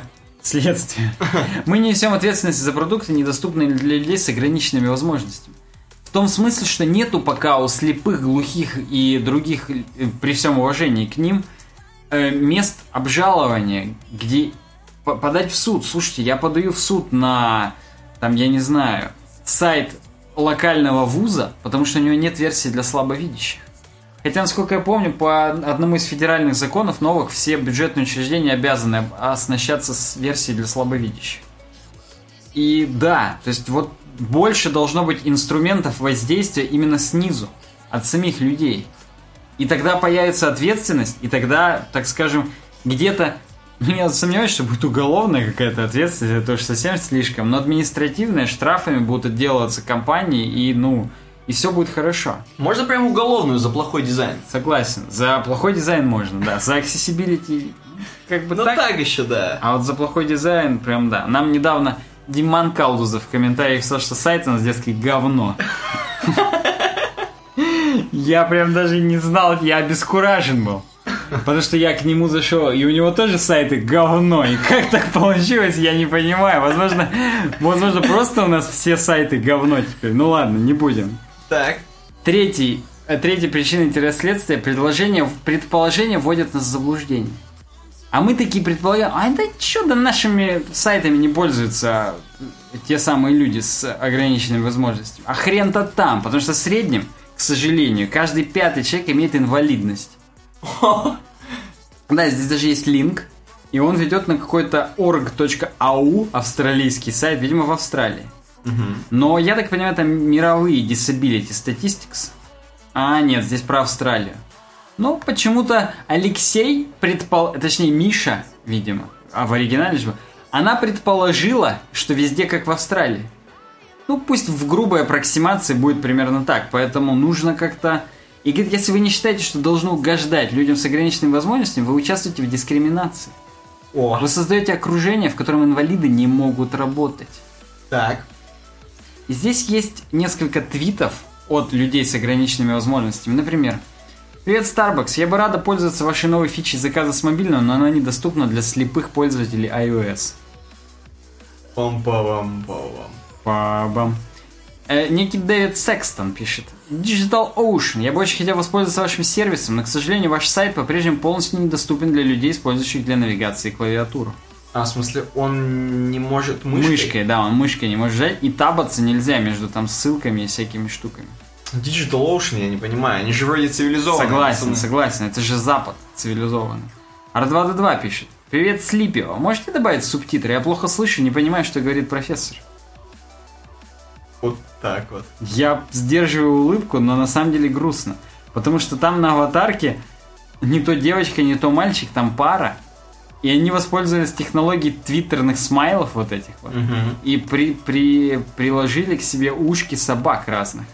Speaker 1: Следствие. Мы несем ответственность за продукты, недоступные для людей с ограниченными возможностями. В том смысле, что нету пока у слепых, глухих и других, при всем уважении к ним, мест обжалования, где подать в суд. Слушайте, я подаю в суд на, там, я не знаю, сайт локального вуза, потому что у него нет версии для слабовидящих. Хотя, насколько я помню, по одному из федеральных законов новых все бюджетные учреждения обязаны оснащаться с версией для слабовидящих. И да, то есть вот больше должно быть инструментов воздействия именно снизу, от самих людей. И тогда появится ответственность, и тогда, так скажем, где-то, ну я сомневаюсь, что будет уголовная какая-то ответственность, это уж совсем слишком, но административная, штрафами будут отделываться компании, и и все будет хорошо.
Speaker 2: Можно прям уголовную за плохой дизайн.
Speaker 1: Согласен. За плохой дизайн можно, да. За accessibility как бы
Speaker 2: так еще, да.
Speaker 1: А вот за плохой дизайн прям да. Нам недавно Диман Калдузов в комментариях писал, что сайт у нас, дескать, говно. Я прям даже не знал, я обескуражен был. Потому что я к нему зашел, и у него тоже сайты говно. И как так получилось, я не понимаю. Возможно, просто у нас все сайты говно теперь. Ну ладно, не будем.
Speaker 2: Так.
Speaker 1: Третья причина-следствия предположения вводят нас в заблуждение. А мы такие предполагаем, да что, да нашими сайтами не пользуются те самые люди с ограниченными возможностями. А хрен-то там, потому что в среднем, к сожалению, каждый 5-й человек имеет инвалидность. Да, здесь даже есть линк, и он ведет на какой-то org.au, австралийский сайт, видимо, в Австралии. Но я так понимаю, там мировые disability statistics. А, нет, здесь про Австралию. Но почему-то Алексей точнее Миша, видимо, а в оригинале же, она предположила, что везде как в Австралии. Ну, пусть в грубой аппроксимации будет примерно так, поэтому нужно как-то... И говорит, если вы не считаете, что должно угождать людям с ограниченными возможностями, вы участвуете в дискриминации. Вы создаете окружение, в котором инвалиды не могут работать.
Speaker 2: Так.
Speaker 1: И здесь есть несколько твитов от людей с ограниченными возможностями. Например, «Привет, Starbucks, я бы рада пользоваться вашей новой фичей заказа с мобильного, но она недоступна для слепых пользователей iOS». Пам-пам-пам-пам. Некий Дэвид Секстон пишет: Digital Ocean. Я бы очень хотел воспользоваться вашим сервисом, но, к сожалению, ваш сайт по-прежнему полностью недоступен для людей, использующих для навигации клавиатуру.
Speaker 2: А, в смысле, он не может мышкой?
Speaker 1: Мышкой, да, он мышкой не может жать, и табаться нельзя между там ссылками и всякими штуками.
Speaker 2: Digital Ocean, я не понимаю, они же вроде цивилизованные.
Speaker 1: Согласен, это же Запад цивилизованный. R2D2 пишет: Привет, Слипио, можете добавить субтитры? Я плохо слышу, не понимаю, что говорит профессор.
Speaker 2: Вот так вот.
Speaker 1: Я сдерживаю улыбку, но на самом деле грустно. Потому что там на аватарке не то девочка, не то мальчик, там пара. И они воспользовались технологией твиттерных смайлов вот этих вот. И приложили к себе ушки собак разных.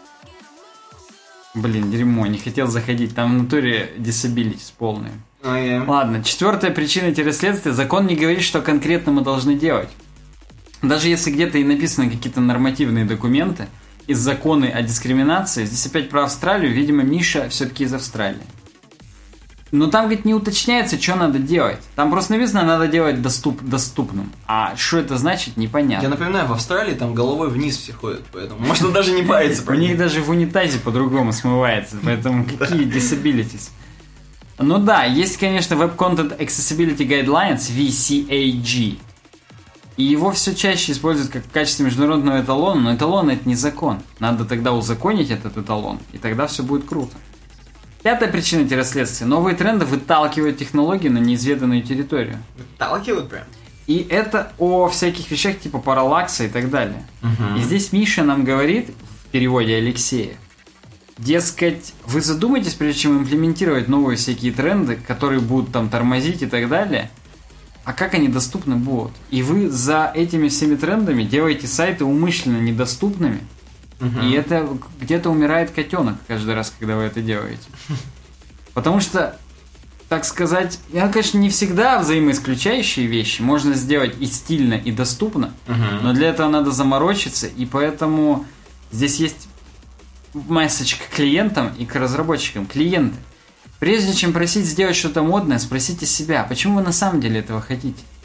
Speaker 1: Блин, дерьмо, не хотел заходить. Там в натуре disabilities полные. Ладно, 4-я причина-следствия. Закон не говорит, что конкретно мы должны делать. Даже если где-то и написаны какие-то нормативные документы из закона о дискриминации, здесь опять про Австралию, видимо, Миша все-таки из Австралии. Но там, говорит, не уточняется, что надо делать. Там просто написано, надо делать доступным. А что это значит, непонятно.
Speaker 2: Я напоминаю, в Австралии там головой вниз все ходят, поэтому можно даже не париться.
Speaker 1: У них даже в унитазе по-другому смывается, поэтому какие disabilities. Ну да, есть, конечно, Web Content Accessibility Guidelines, WCAG. И его все чаще используют как в качестве международного эталона, но эталон это не закон. Надо тогда узаконить этот эталон, и тогда все будет круто. 5-я причина-следствия. Новые тренды выталкивают технологии на неизведанную территорию.
Speaker 2: Выталкивают прям?
Speaker 1: И это о всяких вещах типа параллакса и так далее. И здесь Миша нам говорит, в переводе Алексея, дескать, вы задумайтесь, прежде чем имплементировать новые всякие тренды, которые будут там тормозить и так далее, а как они доступны будут. И вы за этими всеми трендами делаете сайты умышленно недоступными, и это где-то умирает котенок каждый раз, когда вы это делаете. Потому что, так сказать, это, конечно, не всегда взаимоисключающие вещи. Можно сделать и стильно, и доступно, но для этого надо заморочиться, и поэтому здесь есть месседж к клиентам и к разработчикам. Клиенты, прежде чем просить сделать что-то модное, спросите себя, почему вы на самом деле этого хотите?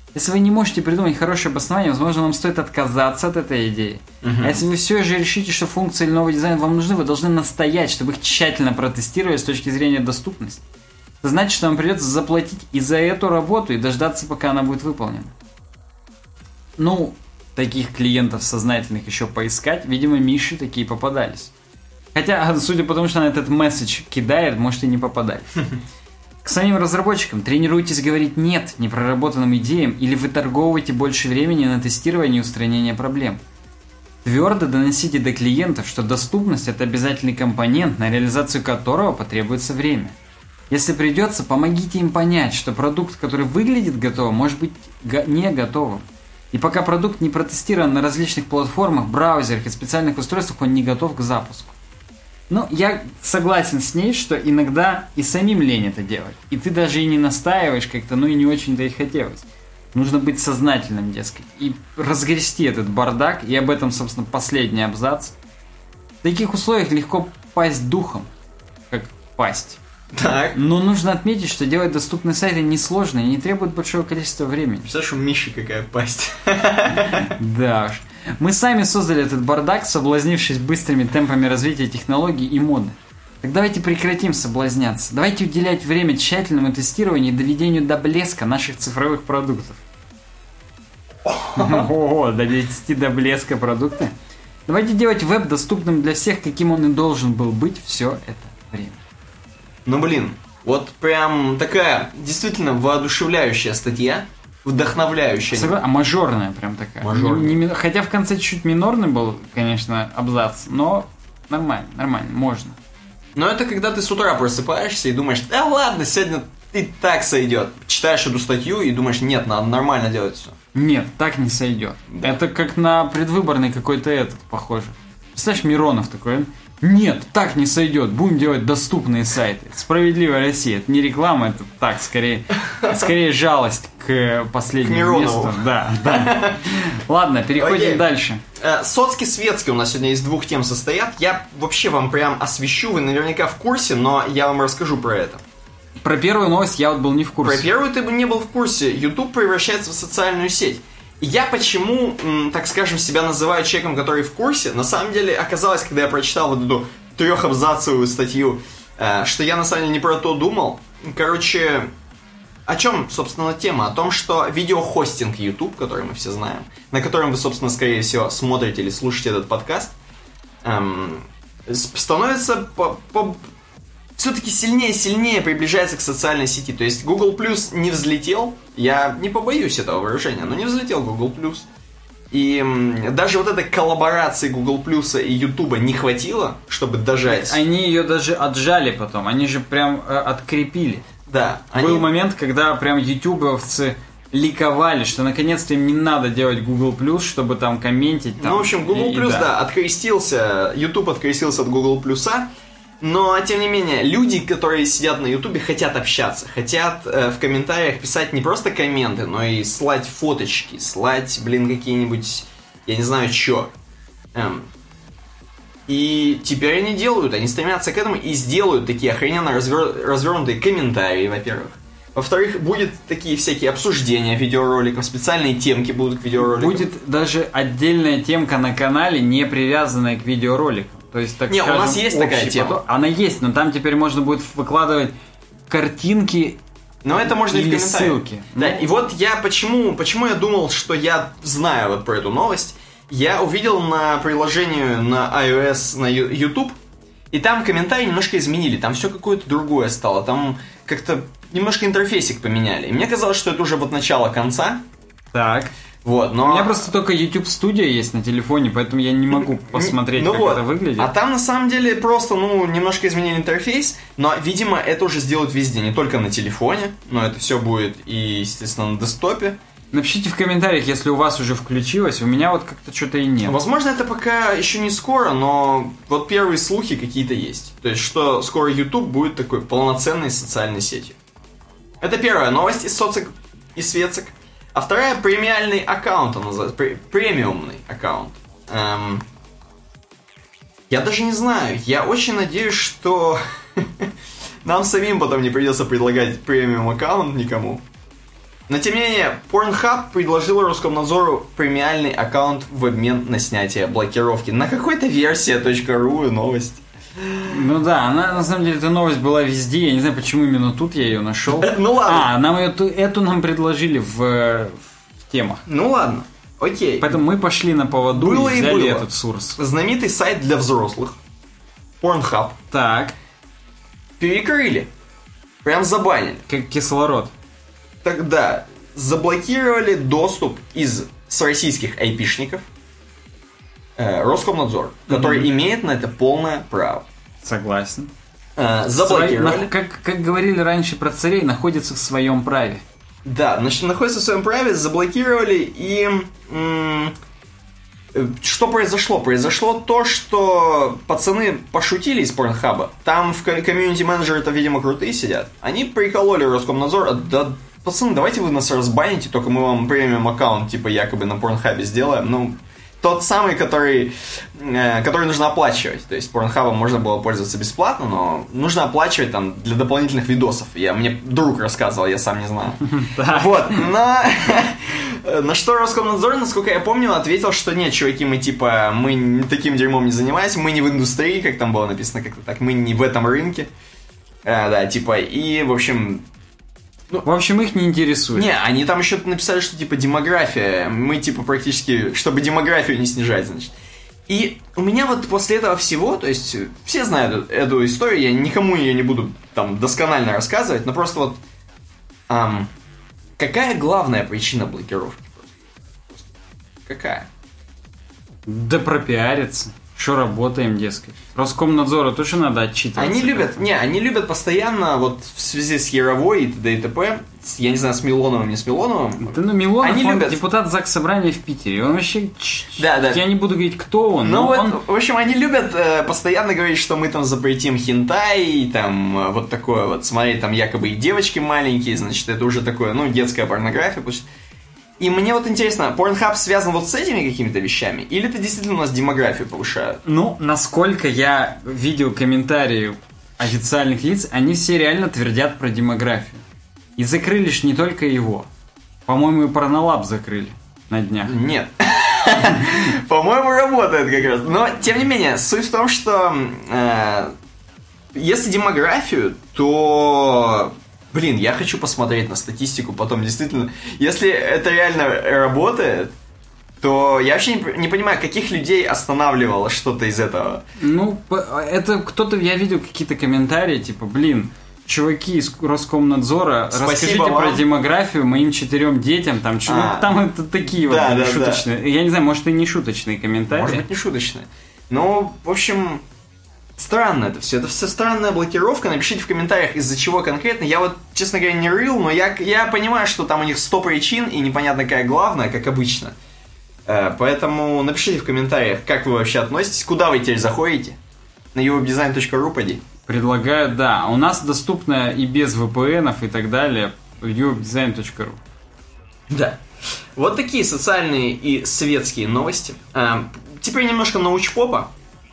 Speaker 1: Если вы не можете придумать хорошее обоснование, возможно, вам стоит отказаться от этой идеи. А если вы все же решите, что функции или новый дизайн вам нужны, вы должны настоять, чтобы их тщательно протестировали с точки зрения доступности. Это значит, что вам придется заплатить и за эту работу, и дождаться, пока она будет выполнена. Ну, таких клиентов сознательных еще поискать, видимо, Миши такие попадались. Хотя, судя по тому, что она этот месседж кидает, может и не попадать. К самим разработчикам: тренируйтесь говорить «нет» непроработанным идеям, или вы торговываете больше времени на тестирование и устранение проблем. Твердо доносите до клиентов, что доступность – это обязательный компонент, на реализацию которого потребуется время. Если придется, помогите им понять, что продукт, который выглядит готовым, может быть не готовым. И пока продукт не протестирован на различных платформах, браузерах и специальных устройствах, он не готов к запуску. Ну, я согласен с ней, что иногда и самим лень это делать. И ты даже и не настаиваешь как-то, ну и не очень-то и хотелось. Нужно быть сознательным, дескать, и разгрести этот бардак, и об этом, собственно, последний абзац. В таких условиях легко пасть духом, как пасть.
Speaker 2: Так.
Speaker 1: Но нужно отметить, что делать доступные сайты несложно и не требует большого количества времени.
Speaker 2: Представляешь, у Миши какая пасть.
Speaker 1: Да уж. Мы сами создали этот бардак, соблазнившись быстрыми темпами развития технологий и моды. Так давайте прекратим соблазняться. Давайте уделять время тщательному тестированию и доведению до блеска наших цифровых продуктов. Ого, довести до блеска продукты. Давайте делать веб доступным для всех, каким он и должен был быть все это время.
Speaker 2: Ну блин, вот прям такая действительно воодушевляющая статья, вдохновляющая.
Speaker 1: А мажорная прям такая.
Speaker 2: Мажорная.
Speaker 1: Хотя в конце чуть минорный был, конечно, абзац, но нормально, можно.
Speaker 2: Но это когда ты с утра просыпаешься и думаешь: да ладно, сегодня и так сойдет. Читаешь эту статью и думаешь: нет, надо нормально делать все.
Speaker 1: Нет, так не сойдет. Да. Это как на предвыборный какой-то похоже. Представляешь, Миронов такой: нет, так не сойдет, будем делать доступные сайты. Справедливая Россия, это не реклама, это так, скорее жалость к последнему месту. Да. Ладно, переходим дальше.
Speaker 2: Соцки-светски у нас сегодня из двух тем состоят. Я вообще вам прям освещу, вы наверняка в курсе, но я вам расскажу про это.
Speaker 1: Про первую новость я вот был не в курсе.
Speaker 2: Про первую ты бы не был в курсе. YouTube превращается в социальную сеть. И я почему, так скажем, себя называю человеком, который в курсе, на самом деле оказалось, когда я прочитал вот эту трехабзацевую статью, что я на самом деле не про то думал. Короче, о чем, собственно, тема? О том, что видеохостинг YouTube, который мы все знаем, на котором вы, собственно, скорее всего, смотрите или слушаете этот подкаст, становится все-таки сильнее и сильнее приближается к социальной сети. То есть Google Plus не взлетел, я не побоюсь этого выражения, но не взлетел Google Plus. И даже вот этой коллаборации Google Plus и YouTube не хватило, чтобы дожать.
Speaker 1: Они ее даже отжали потом, они же прям открепили.
Speaker 2: Да.
Speaker 1: Был момент, когда прям ютубовцы ликовали, что наконец-то им не надо делать Google Plus, чтобы там комментить. Там,
Speaker 2: ну, в общем, Google Plus, да, открестился, YouTube открестился от Google Plus. Но, тем не менее, люди, которые сидят на Ютубе, хотят общаться, хотят в комментариях писать не просто комменты, но и слать фоточки, слать, какие-нибудь, я не знаю, чё. И теперь они делают, они стремятся к этому и сделают такие охрененно развернутые комментарии, во-первых. Во-вторых, будет такие всякие обсуждения видеороликов, специальные темки будут к видеороликам.
Speaker 1: Будет даже отдельная темка на канале, не привязанная к видеороликам. То есть, так скажем,
Speaker 2: у нас есть такая тема.
Speaker 1: Она есть, но там теперь можно будет выкладывать картинки.
Speaker 2: Но это можно и в комментариях.
Speaker 1: Ссылки.
Speaker 2: Да, и вот я почему я думал, что я знаю вот про эту новость. Я увидел на приложении на iOS, на YouTube, и там комментарии немножко изменили. Там все какое-то другое стало. Там как-то немножко интерфейсик поменяли. И мне казалось, что это уже вот начало конца.
Speaker 1: Так.
Speaker 2: Вот, но...
Speaker 1: У меня просто только YouTube Studio есть на телефоне, поэтому я не могу посмотреть, как это выглядит.
Speaker 2: А там на самом деле просто, немножко изменили интерфейс, но, видимо, это уже сделают везде, не только на телефоне, но это все будет и, естественно, на десктопе.
Speaker 1: Напишите в комментариях, если у вас уже включилось, у меня вот как-то что-то и нет.
Speaker 2: Возможно, это пока еще не скоро, но вот первые слухи какие-то есть. То есть, что скоро YouTube будет такой полноценной социальной сетью. Это первая новость из соцек и светок. А вторая — премиальный аккаунт, он называется, премиумный аккаунт. Я даже не знаю, я очень надеюсь, что нам самим потом не придется предлагать премиум аккаунт никому. Но тем не менее, Pornhub предложил Роскомнадзору премиальный аккаунт в обмен на снятие блокировки. На какой-то версии .ru новость.
Speaker 1: Ну да, она на самом деле эта новость была везде. Я не знаю, почему именно тут я ее нашел.
Speaker 2: Ну ладно.
Speaker 1: Нам эту нам предложили в темах.
Speaker 2: Ну ладно, окей.
Speaker 1: Поэтому мы пошли на поводу
Speaker 2: Было
Speaker 1: и взяли
Speaker 2: было.
Speaker 1: этот сурс.
Speaker 2: Знаменитый сайт для взрослых Pornhub
Speaker 1: Так,
Speaker 2: перекрыли. Прям забанили.
Speaker 1: как кислород.
Speaker 2: Тогда заблокировали доступ с российских айпишников Роскомнадзор, который имеет на это полное право.
Speaker 1: Согласен.
Speaker 2: Заблокировали.
Speaker 1: Как говорили раньше про царей, находится в своем праве.
Speaker 2: Да, значит, находится в своем праве, заблокировали, и что произошло? Произошло то, что пацаны пошутили из Порнхаба. Там в комьюнити-менеджеры-то, видимо, крутые сидят. Они прикололи Роскомнадзор. Да, пацаны, давайте вы нас разбаните, только мы вам премиум аккаунт, типа, якобы на Порнхабе сделаем. Ну, тот самый, который нужно оплачивать. То есть Порнхабом можно было пользоваться бесплатно, но нужно оплачивать там для дополнительных видосов. Мне друг рассказывал, я сам не знаю. Вот, на что Роскомнадзор, насколько я помню, ответил, что нет, чуваки, мы таким дерьмом не занимаемся, мы не в индустрии, как там было написано как-то так, мы не в этом рынке. Да, и, в общем...
Speaker 1: В общем, их не интересует.
Speaker 2: Не, они там еще написали, что, демография, мы, практически, чтобы демографию не снижать, значит. И у меня вот после этого всего, то есть, все знают эту историю, я никому ее не буду там досконально рассказывать, но просто вот, какая главная причина блокировки? Какая?
Speaker 1: Да пропиариться. Что работаем, дескать. Роскомнадзору тоже надо отчитываться.
Speaker 2: Они любят постоянно, вот в связи с Яровой и т.д. и т.п., я не знаю, с Милоновым, не с Милоновым.
Speaker 1: Да ну Милонов,
Speaker 2: они любят...
Speaker 1: депутат Заксобрания в Питере. Он вообще...
Speaker 2: Да.
Speaker 1: Я не буду говорить, кто он.
Speaker 2: Ну вот,
Speaker 1: он...
Speaker 2: в общем, они любят постоянно говорить, что мы там запретим хентай, там вот такое вот, смотреть, там якобы и девочки маленькие, значит, это уже такое, детская порнография. И мне вот интересно, Pornhub связан вот с этими какими-то вещами? Или это действительно у нас демографию повышают?
Speaker 1: Ну, насколько я видел комментарии официальных лиц, они все реально твердят про демографию. И закрыли ж не только его. По-моему, и Pornolab закрыли на днях.
Speaker 2: Нет. По-моему, работает как раз. Но, тем не менее, суть в том, что если демографию, то... Блин, я хочу посмотреть на статистику потом, действительно. Если это реально работает, то я вообще не понимаю, каких людей останавливало что-то из этого.
Speaker 1: Ну, это кто-то, я видел какие-то комментарии, типа, блин, чуваки из Роскомнадзора, расскажите про демографию моим 4 детям, там, там это такие вот шуточные. Да. Я не знаю, может, и не шуточные комментарии.
Speaker 2: Может быть, не шуточные. Ну, в общем... Странно это все странная блокировка. Напишите в комментариях, из-за чего конкретно. Я вот, честно говоря, не рыл, но я понимаю, что там у них 100 причин, и непонятно, какая главная, как обычно. Поэтому напишите в комментариях, как вы вообще относитесь, куда вы теперь заходите. На uwebdesign.ru поди.
Speaker 1: Предлагаю, да. У нас доступно и без VPN-ов и так далее uwebdesign.ru.
Speaker 2: Да. Вот такие социальные и светские новости. Теперь немножко научпопа.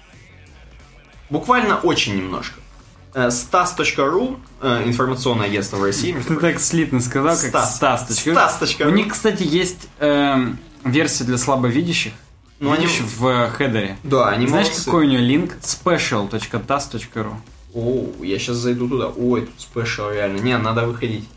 Speaker 2: Буквально очень немножко. Stas.ru, информационное агентство в России.
Speaker 1: Ты так слитно сказал, как Stas.ru. У них, кстати, есть версия для слабовидящих. Ну, видишь, в хедере.
Speaker 2: Да, они
Speaker 1: знаешь,
Speaker 2: молодцы.
Speaker 1: какой у нее линк? special.tas.ru.
Speaker 2: О, я сейчас зайду туда. Ой, тут special реально. Не, надо выходить.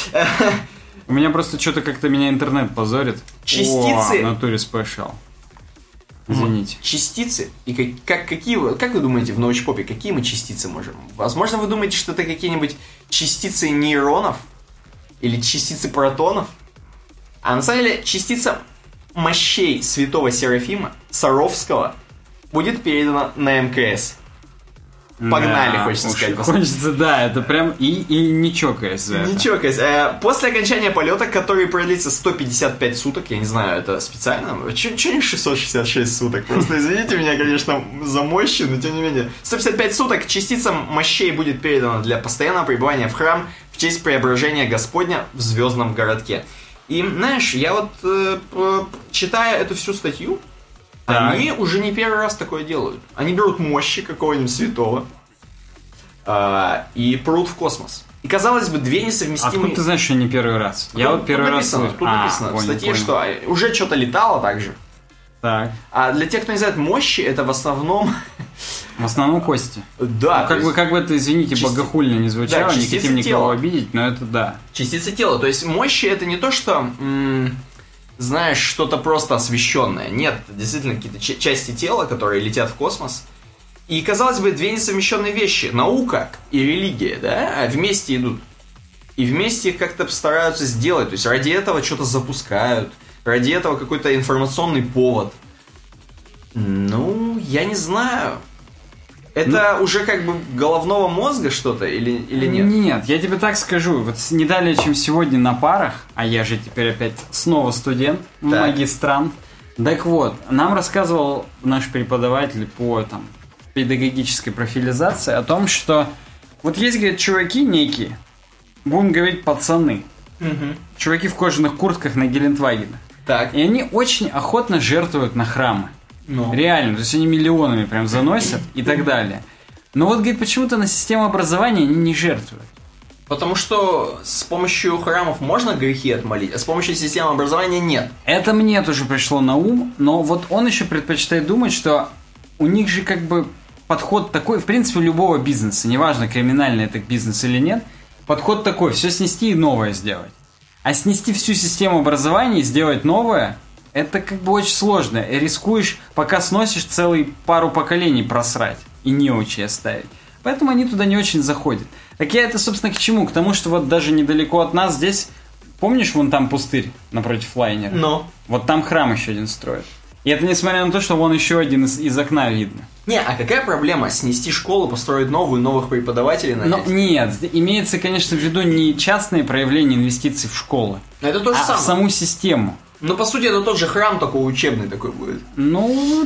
Speaker 1: У меня просто что-то как-то меня интернет позорит.
Speaker 2: Частицы.
Speaker 1: В натуре special. Извините.
Speaker 2: Частицы? И как вы думаете в научпопе, какие мы частицы можем? Возможно, вы думаете, что это какие-нибудь частицы нейронов? Или частицы протонов? А на самом деле частица мощей святого Серафима Саровского будет передана на МКС. Погнали, хочется сказать.
Speaker 1: Хочется, да, это прям и не чокаясь за это.
Speaker 2: Не чокаясь. После окончания полета, который продлится 155 суток, я не знаю, это специально? Чё не 666 суток? Просто извините меня, конечно, за мощи, но тем не менее. 155 суток частица мощей будет передана для постоянного пребывания в храм в честь преображения Господня в звездном городке. И, знаешь, я вот, читая эту всю статью, они уже не первый раз такое делают. Они берут мощи какого-нибудь святого и прут в космос. И, казалось бы, две несовместимые...
Speaker 1: Откуда ты знаешь, что не первый раз? Я вот первый раз слышу.
Speaker 2: Тут написано в статье, что уже что-то летало также.
Speaker 1: Так.
Speaker 2: А для тех, кто не знает, мощи это в основном...
Speaker 1: В основном кости.
Speaker 2: Да.
Speaker 1: Ну, как бы это, извините, богохульно не звучало, не хотим никого обидеть, но это да.
Speaker 2: Частицы тела. То есть мощи это не то, что, знаешь, что-то просто освещенное. Нет, это действительно какие-то части тела, которые летят в космос. И, казалось бы, две несовмещенные вещи. Наука и религия, да, вместе идут. И вместе их как-то стараются сделать. То есть ради этого что-то запускают. Ради этого какой-то информационный повод. Ну, я не знаю. Это уже как бы головного мозга что-то или нет?
Speaker 1: Нет, я тебе так скажу. Вот не далее, чем сегодня на парах, а я же теперь опять снова студент, магистрант. Так вот, нам рассказывал наш преподаватель по педагогической профилизации о том, что вот есть, говорит, чуваки некие, будем говорить пацаны, чуваки в кожаных куртках на Гелендвагенах.
Speaker 2: Так.
Speaker 1: И они очень охотно жертвуют на храмы. Реально, то есть они миллионами прям заносят и так далее. Но вот, говорит, почему-то на систему образования они не жертвуют.
Speaker 2: Потому что с помощью храмов можно грехи отмолить, а с помощью системы образования нет.
Speaker 1: Это мне тоже пришло на ум, но вот он еще предпочитает думать, что у них же как бы подход такой, в принципе, у любого бизнеса, неважно, криминальный это бизнес или нет, подход такой, все снести и новое сделать. А снести всю систему образования и сделать новое, это как бы очень сложно. И рискуешь, пока сносишь, целый пару поколений просрать и неучи оставить. Поэтому они туда не очень заходят. Так я это, собственно, к чему? К тому, что вот даже недалеко от нас здесь, помнишь, вон там пустырь напротив лайнера?
Speaker 2: Но.
Speaker 1: Вот там храм еще один строят. И это несмотря на то, что вон еще один из окна видно.
Speaker 2: Не, а какая проблема снести школу, построить новую, новых преподавателей нанять?
Speaker 1: Нет, имеется, конечно, в виду не частные проявления инвестиций в школы,
Speaker 2: это то же самое.
Speaker 1: В саму систему.
Speaker 2: Ну, по сути, это тот же храм, только учебный такой будет.
Speaker 1: Ну,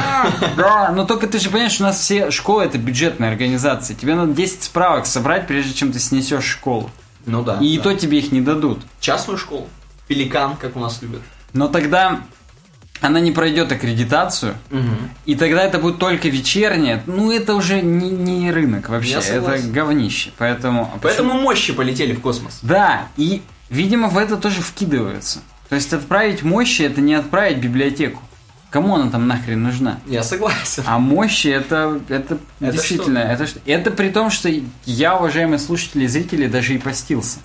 Speaker 1: да. Но только ты же понимаешь, у нас все школы это бюджетная организация. Тебе надо 10 справок собрать, прежде чем ты снесешь школу.
Speaker 2: Ну да.
Speaker 1: И то тебе их не дадут.
Speaker 2: Частную школу. Пеликан, как у нас любят.
Speaker 1: Но тогда она не пройдет аккредитацию, и тогда это будет только вечернее. Ну, это уже не рынок вообще, это говнище. Поэтому
Speaker 2: мощи полетели в космос.
Speaker 1: Да, и, видимо, в это тоже вкидываются. То есть отправить мощи это не отправить библиотеку. Кому она там нахрен нужна?
Speaker 2: Я согласен.
Speaker 1: А мощи это действительно...
Speaker 2: Что?
Speaker 1: Это при том, что я, уважаемые слушатели и зрители, даже и постился.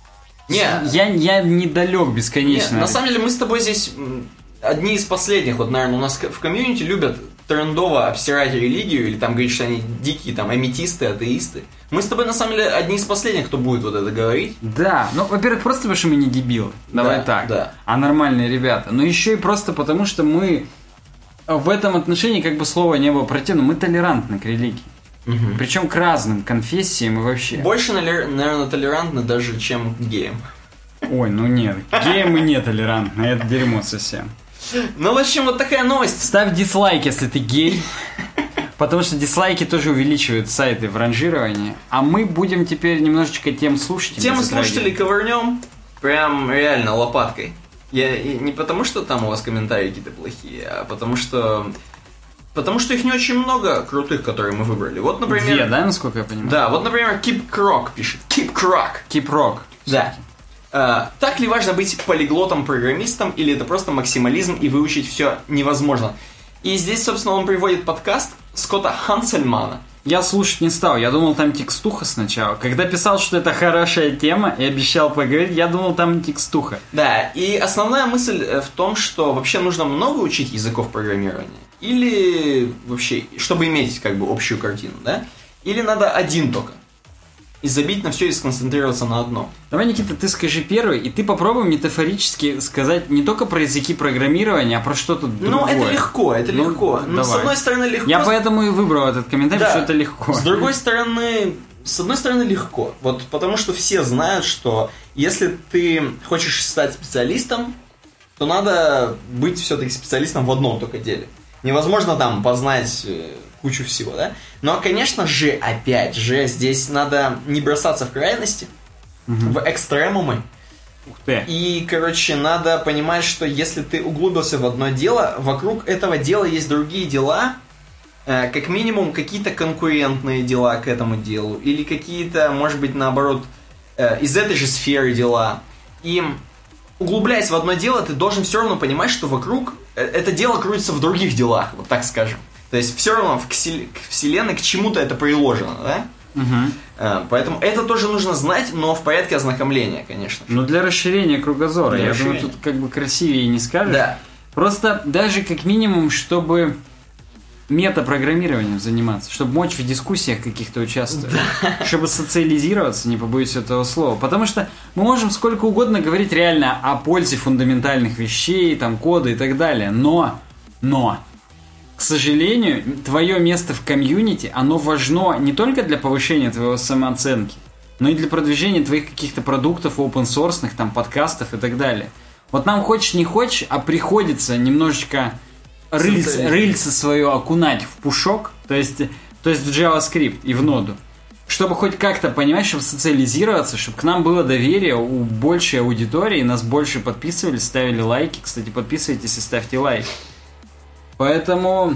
Speaker 1: Я недалек бесконечно.
Speaker 2: На самом деле мы с тобой здесь одни из последних. Вот, наверное, у нас в комьюнити любят трендово обсирать религию или там говорить, что они дикие там аметисты, атеисты. Мы с тобой, на самом деле, одни из последних, кто будет вот это говорить.
Speaker 1: Да, ну, во-первых, просто потому что мы не дебилы, давай так, а нормальные ребята. Но еще и просто потому, что мы в этом отношении, как бы слово не было противным, мы толерантны к религии. Причем к разным конфессиям и вообще.
Speaker 2: Больше, наверное, толерантны даже, чем к геям.
Speaker 1: Ой, ну нет, к геям мы не толерантны, это дерьмо совсем.
Speaker 2: Ну, в общем, вот такая новость.
Speaker 1: Ставь дизлайк, если ты гей. Потому что дислайки тоже увеличивают сайты в ранжировании. А мы будем теперь немножечко тем слушателей.
Speaker 2: Тему слушателей ковырнем прям реально лопаткой. Я не потому, что там у вас комментарии какие-то плохие, а потому что их не очень много крутых, которые мы выбрали. Вот, например...
Speaker 1: Две, да, насколько я понимаю?
Speaker 2: Да, вот, например, Keep Croc пишет. Keep Croc.
Speaker 1: Keep Rock.
Speaker 2: Да. Так ли важно быть полиглотом-программистом, или это просто максимализм и выучить все невозможно? И здесь, собственно, он приводит подкаст Скотта Хансельмана.
Speaker 1: Я слушать не стал, я думал, там текстуха сначала. Когда писал, что это хорошая тема и обещал поговорить, я думал, там текстуха.
Speaker 2: Да, и основная мысль в том, что вообще нужно много учить языков программирования. Или вообще, чтобы иметь как бы общую картину, да? Или надо один только. И забить на все и сконцентрироваться на одном.
Speaker 1: Давай, Никита, ты скажи первый, и ты попробуй метафорически сказать не только про языки программирования, а про что-то другое.
Speaker 2: Ну, это легко. Ну, с одной стороны, легко.
Speaker 1: Я поэтому и выбрал этот комментарий, да. Что это легко.
Speaker 2: С одной стороны, легко. Вот потому что все знают, что если ты хочешь стать специалистом, то надо быть все-таки специалистом в одном только деле. Невозможно там познать кучу всего, да? Но, конечно же, опять же, здесь надо не бросаться в крайности, в экстремумы.
Speaker 1: Ух ты.
Speaker 2: И, короче, надо понимать, что если ты углубился в одно дело, вокруг этого дела есть другие дела, как минимум какие-то конкурентные дела к этому делу, или какие-то, может быть, наоборот, из этой же сферы дела. И углубляясь в одно дело, ты должен все равно понимать, что вокруг это дело крутится в других делах, вот так скажем. То есть все равно к вселенной к чему-то это приложено, да?
Speaker 1: Угу.
Speaker 2: Поэтому это тоже нужно знать, но в порядке ознакомления, конечно.
Speaker 1: Ну, для расширения кругозора. Я думаю, тут как бы красивее не скажешь.
Speaker 2: Да.
Speaker 1: Просто даже как минимум, чтобы метапрограммированием заниматься, чтобы мочь в дискуссиях каких-то участвовать, чтобы социализироваться, не побоюсь этого слова. Потому что мы можем сколько угодно говорить реально о пользе фундаментальных вещей, там, кода и так далее, но, к сожалению, твое место в комьюнити, оно важно не только для повышения твоей самооценки, но и для продвижения твоих каких-то продуктов open-source, там, подкастов и так далее. Вот нам хочешь не хочешь, а приходится немножечко рыльце свое окунать в пушок, то есть в JavaScript и в ноду, чтобы хоть как-то понимать, чтобы социализироваться, чтобы к нам было доверие у большей аудитории, нас больше подписывали, ставили лайки. Кстати, подписывайтесь и ставьте лайки. Поэтому,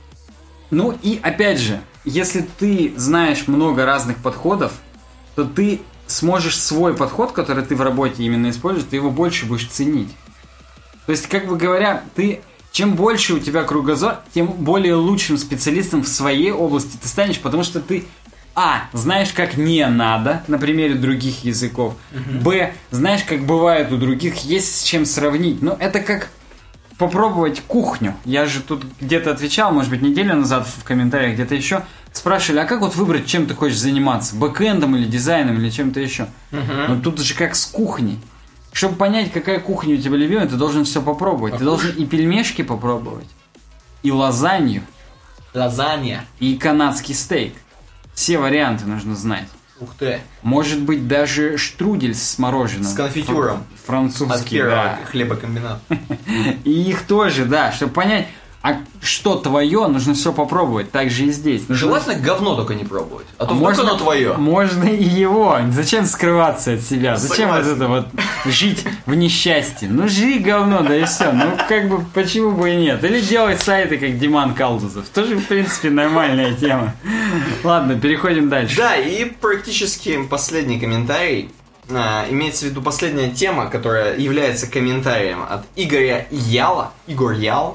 Speaker 1: ну и опять же, если ты знаешь много разных подходов, то ты сможешь свой подход, который ты в работе именно используешь, ты его больше будешь ценить. То есть, как бы говоря, чем больше у тебя кругозор, тем более лучшим специалистом в своей области ты станешь, потому что ты, знаешь, как не надо, на примере других языков, знаешь, как бывает у других, есть с чем сравнить. Но это как попробовать кухню. Я же тут где-то отвечал, может быть, неделю назад в комментариях, где-то еще, спрашивали, а как вот выбрать, чем ты хочешь заниматься? Бэкэндом или дизайном или чем-то еще? Но тут же как с кухней. Чтобы понять, какая кухня у тебя любимая, ты должен все попробовать. Ты должен и пельмешки попробовать, и лазанью.
Speaker 2: Лазанья.
Speaker 1: И канадский стейк. Все варианты нужно знать.
Speaker 2: Ух ты.
Speaker 1: Может быть, даже штрудель с мороженым.
Speaker 2: С конфитюром.
Speaker 1: Французский,
Speaker 2: от первого
Speaker 1: да.
Speaker 2: хлебокомбината.
Speaker 1: И их тоже, да, чтобы понять, а что твое, нужно все попробовать. Так же и здесь.
Speaker 2: Желательно говно только не пробовать. А то вдруг оно твое.
Speaker 1: Можно и его. Зачем скрываться от себя? Зачем вот это вот жить в несчастье? Ну, жри говно, да и все. Ну, как бы, почему бы и нет? Или делай сайты, как Диман Калдузов. Тоже, в принципе, нормальная тема. Ладно, переходим дальше.
Speaker 2: Да, и практически последний комментарий. Имеется в виду последняя тема, которая является комментарием от Игоря Яла. Игорь Ял.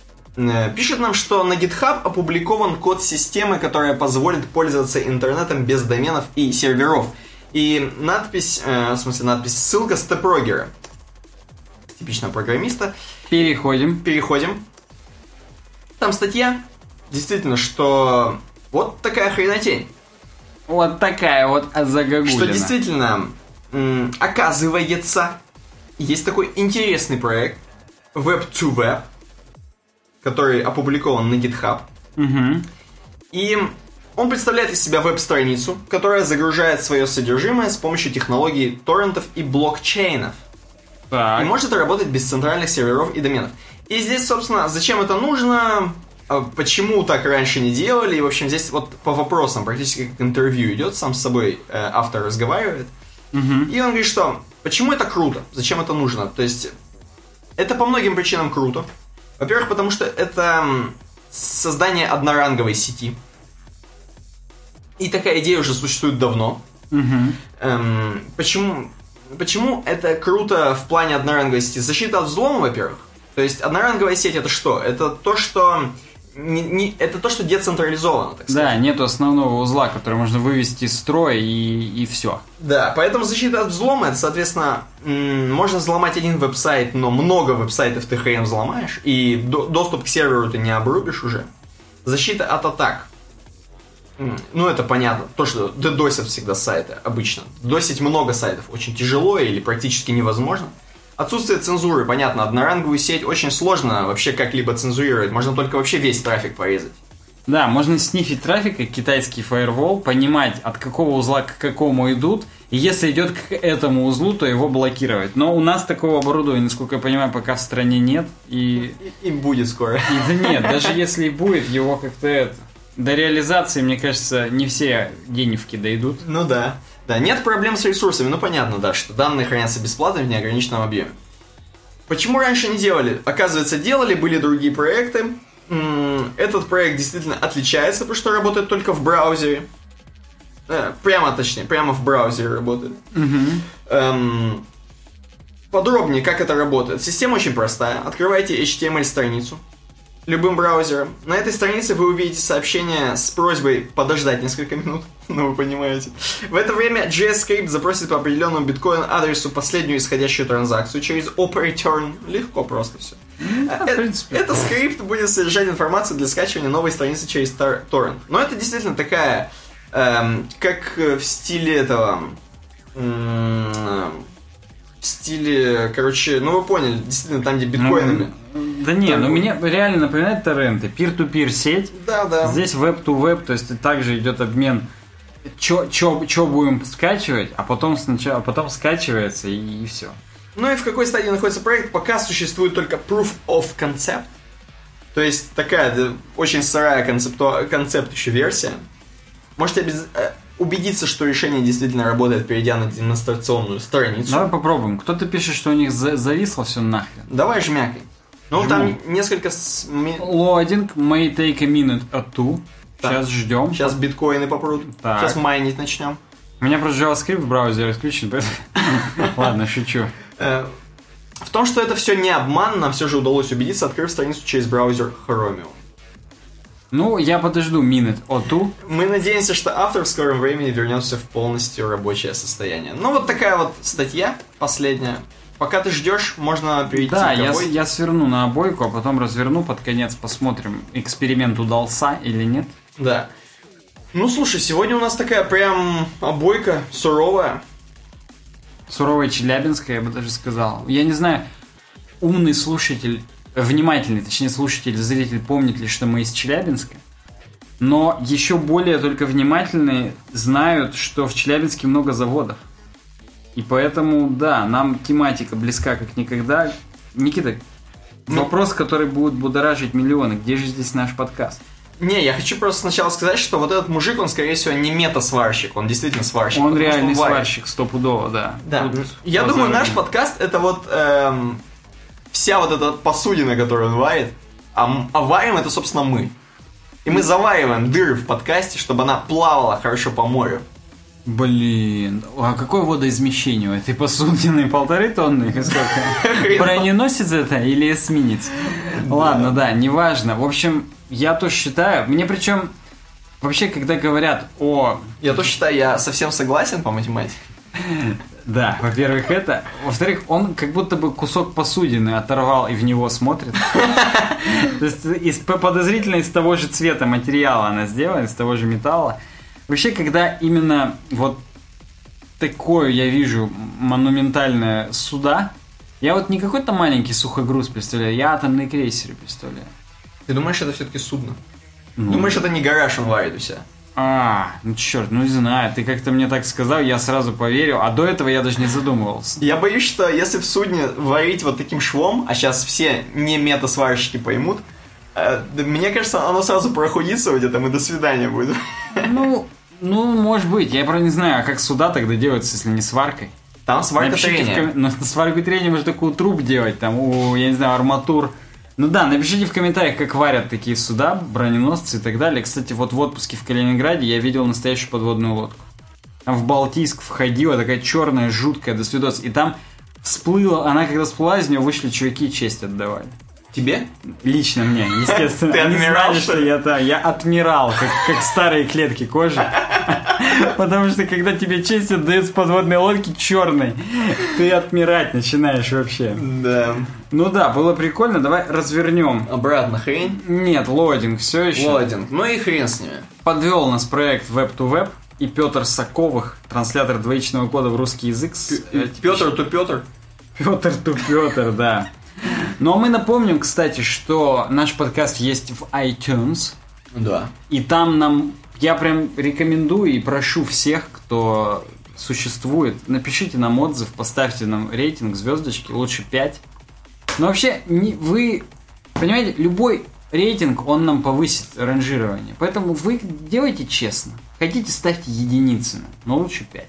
Speaker 2: Пишет нам, что на GitHub опубликован код системы, которая позволит пользоваться интернетом без доменов и серверов. И надпись, ссылка StepRogger. Типичного программиста. Переходим. Там статья, действительно, что вот такая хренотень.
Speaker 1: Вот такая вот загогулина.
Speaker 2: Что действительно, оказывается, есть такой интересный проект Web2Web, который опубликован на GitHub.
Speaker 1: Угу.
Speaker 2: И он представляет из себя веб-страницу, которая загружает свое содержимое с помощью технологий торрентов и блокчейнов.
Speaker 1: Так.
Speaker 2: И может работать без центральных серверов и доменов. И здесь, собственно, зачем это нужно, почему так раньше не делали, и, в общем, здесь вот по вопросам практически как интервью идет, сам с собой автор разговаривает.
Speaker 1: Угу.
Speaker 2: И он говорит, что почему это круто, зачем это нужно. То есть, это по многим причинам круто. Во-первых, потому что это создание одноранговой сети. И такая идея уже существует давно.
Speaker 1: Угу.
Speaker 2: Почему это круто в плане одноранговой сети? Защита от взлома, во-первых. То есть одноранговая сеть это что? Это то, что это то, что децентрализовано, так сказать.
Speaker 1: Да, нету основного узла, который можно вывести из строя и все.
Speaker 2: Да, поэтому защита от взлома, это, соответственно, можно взломать один веб-сайт, но много веб-сайтов ты хрен взломаешь, и доступ к серверу ты не обрубишь уже. Защита от атак. Ну, это понятно. То, что ддосят всегда сайты, обычно. Досить много сайтов очень тяжело или практически невозможно. Отсутствие цензуры, понятно, одноранговую сеть очень сложно вообще как-либо цензурировать. Можно только вообще весь трафик порезать.
Speaker 1: Да, можно снифить трафик, как китайский фаервол, понимать, от какого узла к какому идут, и если идет к этому узлу, то его блокировать. Но у нас такого оборудования, насколько я понимаю, пока в стране нет. И
Speaker 2: будет скоро.
Speaker 1: Да нет, даже если и будет, его как-то до реализации, мне кажется, не все денежки дойдут.
Speaker 2: Ну да. Да, нет проблем с ресурсами, ну понятно, да, что данные хранятся бесплатно в неограниченном объеме. Почему раньше не делали? Оказывается, делали, были другие проекты. Этот проект действительно отличается, потому что работает только в браузере. Прямо в браузере работает. Подробнее, как это работает. Система очень простая. Открывайте HTML-страницу любым браузером. На этой странице вы увидите сообщение с просьбой подождать несколько минут. Ну, вы понимаете. В это время JS-скрипт запросит по определенному биткоин-адресу последнюю исходящую транзакцию через OpReturn. Легко просто все. Этот скрипт будет содержать информацию для скачивания новой страницы через торрент. Но это действительно такая, как в стиле этого... В стиле, короче, ну вы поняли, действительно, там, где биткоинами.
Speaker 1: Да не, ну мне реально напоминает торренты. Peer-to-peer сеть.
Speaker 2: Да.
Speaker 1: Здесь веб-to-веб, то есть также идет обмен. Чё будем скачивать, а потом скачивается и все.
Speaker 2: Ну и в какой стадии находится проект? Пока существует только Proof of Concept. То есть такая очень сырая концепт еще версия. Можете убедиться, что решение действительно работает, перейдя на демонстрационную страницу.
Speaker 1: Давай попробуем. Кто-то пишет, что у них зависло все нахрен.
Speaker 2: Давай жмякай. Ну, там несколько...
Speaker 1: Loading may take a minute or two. Сейчас ждем.
Speaker 2: Сейчас биткоины попрут.
Speaker 1: Так.
Speaker 2: Сейчас майнить начнем.
Speaker 1: У меня просто JavaScript в браузере отключен, поэтому... Ладно, шучу.
Speaker 2: В том, что это все не обман, нам все же удалось убедиться, открыв страницу через браузер Chromium.
Speaker 1: Ну, я подожду minute or two.
Speaker 2: Мы надеемся, что автор в скором времени вернется в полностью рабочее состояние. Ну, вот такая вот статья последняя. Пока ты ждешь, можно перейти к обойке.
Speaker 1: Да, я сверну на обойку, а потом разверну под конец, посмотрим, эксперимент удался или нет.
Speaker 2: Да. Ну, слушай, сегодня у нас такая прям обойка суровая.
Speaker 1: Суровая челябинская, я бы даже сказал. Я не знаю, умный слушатель, внимательный, точнее, слушатель, зритель помнит ли, что мы из Челябинска. Но еще более только внимательные знают, что в Челябинске много заводов. И поэтому, да, нам тематика близка как никогда. Никита, вопрос, который будет будоражить миллионы. Где же здесь наш подкаст?
Speaker 2: Не, я хочу просто сначала сказать, что вот этот мужик, он, скорее всего, не мета-сварщик, он действительно сварщик.
Speaker 1: Он реальный сварщик, стопудово, да.
Speaker 2: Да, я думаю, наш подкаст это вот вся вот эта посудина, которую он варит, а варим это, собственно, мы. И мы завариваем дыры в подкасте, чтобы она плавала хорошо по морю.
Speaker 1: Блин, а какое водоизмещение у этой посудины? 1,5 тонны? Сколько? Броненосец это или эсминец? Ладно, да, неважно. В общем, я тоже считаю, мне причем, вообще, когда говорят о...
Speaker 2: Я тоже считаю, я совсем согласен по математике.
Speaker 1: Да, во-первых, это. Во-вторых, он как будто бы кусок посудины оторвал и в него смотрит. То есть, подозрительно из того же цвета материала она сделана, из того же металла. Вообще, когда именно вот такое я вижу монументальное суда, я вот не какой-то маленький сухогруз представляю, я атомный крейсер представляю.
Speaker 2: Ты думаешь, это все-таки судно? Думаешь, это не гараж он варит у себя?
Speaker 1: Ну черт, ну не знаю, ты как-то мне так сказал, я сразу поверил, а до этого я даже не задумывался.
Speaker 2: Я боюсь, что если в судне варить вот таким швом, а сейчас все не мета-сварщики поймут, мне кажется, оно сразу прохудится где-то, и до свидания будет.
Speaker 1: Ну, может быть, я правда не знаю, а как суда тогда делаются, если не сваркой?
Speaker 2: Там сварка трения.
Speaker 1: Но сварку трения можно только у труб делать, там, я не знаю, арматур. Ну да, напишите в комментариях, как варят такие суда, броненосцы и так далее. Кстати, вот в отпуске в Калининграде я видел настоящую подводную лодку. Там в Балтийск входила такая черная, жуткая, до свидос. И там всплыла, она когда всплыла, из нее вышли чуваки и честь отдавали.
Speaker 2: Тебе?
Speaker 1: Лично мне, естественно.
Speaker 2: Ты адмирал,
Speaker 1: что я отмирал, как старые клетки кожи. Потому что когда тебе честь отдают с подводной лодки черной, ты отмирать начинаешь вообще.
Speaker 2: Да.
Speaker 1: Ну да, было прикольно, давай развернем.
Speaker 2: Обратно хрень?
Speaker 1: Нет, лодинг все еще.
Speaker 2: Лодинг, ну и хрен с ними.
Speaker 1: Подвел нас проект Web2Web и Петр Соковых, транслятор двоичного кода в русский язык.
Speaker 2: Петр то Петр.
Speaker 1: Петр то Петр, да. Ну а мы напомним, кстати, что наш подкаст есть в iTunes.
Speaker 2: Да.
Speaker 1: И там я прям рекомендую и прошу всех, кто существует, напишите нам отзыв, поставьте нам рейтинг, звездочки, лучше 5. Но вообще, вы понимаете, любой рейтинг, он нам повысит ранжирование. Поэтому вы делайте честно. Хотите, ставьте единицы, но лучше 5.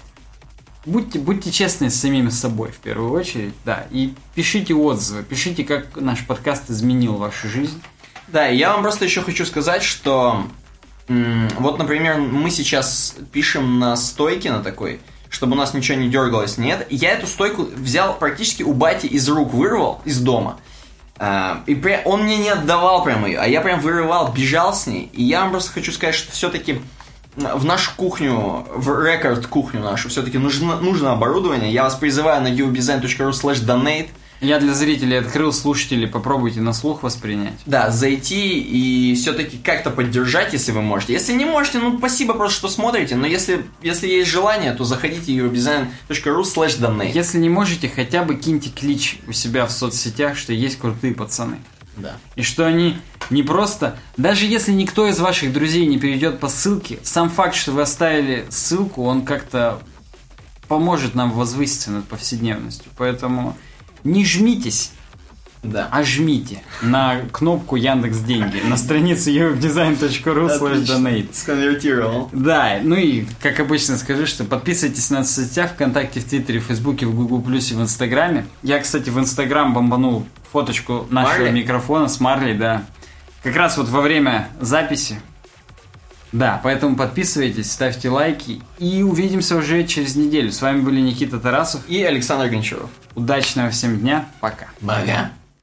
Speaker 1: Будьте честны с самими собой в первую очередь, да, и пишите отзывы, пишите, как наш подкаст изменил вашу жизнь.
Speaker 2: Да, и я вам просто еще хочу сказать, что Вот, например, мы сейчас пишем на стойке на такой, чтобы у нас ничего не дергалось. Нет, я эту стойку взял практически у бати из рук, вырвал из дома. И он мне не отдавал прям ее, а я прям вырывал, бежал с ней. И я вам просто хочу сказать, что все-таки в нашу кухню, в рекорд-кухню нашу, все-таки нужно оборудование. Я вас призываю на uwebdesign.ru/donate.
Speaker 1: Я для зрителей открыл, слушателей, попробуйте на слух воспринять.
Speaker 2: Да, зайти и все-таки как-то поддержать, если вы можете. Если не можете, ну спасибо просто, что смотрите. Но если есть желание, то заходите uwebdesign.ru/donate.
Speaker 1: Если не можете, хотя бы киньте клич у себя в соцсетях, что есть крутые пацаны.
Speaker 2: Да.
Speaker 1: И что они не просто... Даже если никто из ваших друзей не перейдет по ссылке, сам факт, что вы оставили ссылку, он как-то поможет нам возвыситься над повседневностью. Поэтому не жмитесь,
Speaker 2: да,
Speaker 1: а жмите на кнопку Яндекс.Деньги на страницу uwebdesign.ru/donate.
Speaker 2: Сконвертировал.
Speaker 1: Да, ну и, как обычно, скажу, что подписывайтесь на нас в соцсетях, ВКонтакте, в Твиттере, в Фейсбуке, в Гугл+, и в Инстаграме. Я, кстати, в Инстаграм бомбанул фоточку нашего микрофона с Марлей, да. Как раз вот во время записи. Да, поэтому подписывайтесь, ставьте лайки и увидимся уже через неделю. С вами были Никита Тарасов
Speaker 2: и Александр Гончаров.
Speaker 1: Удачного всем дня, пока.
Speaker 2: Пока.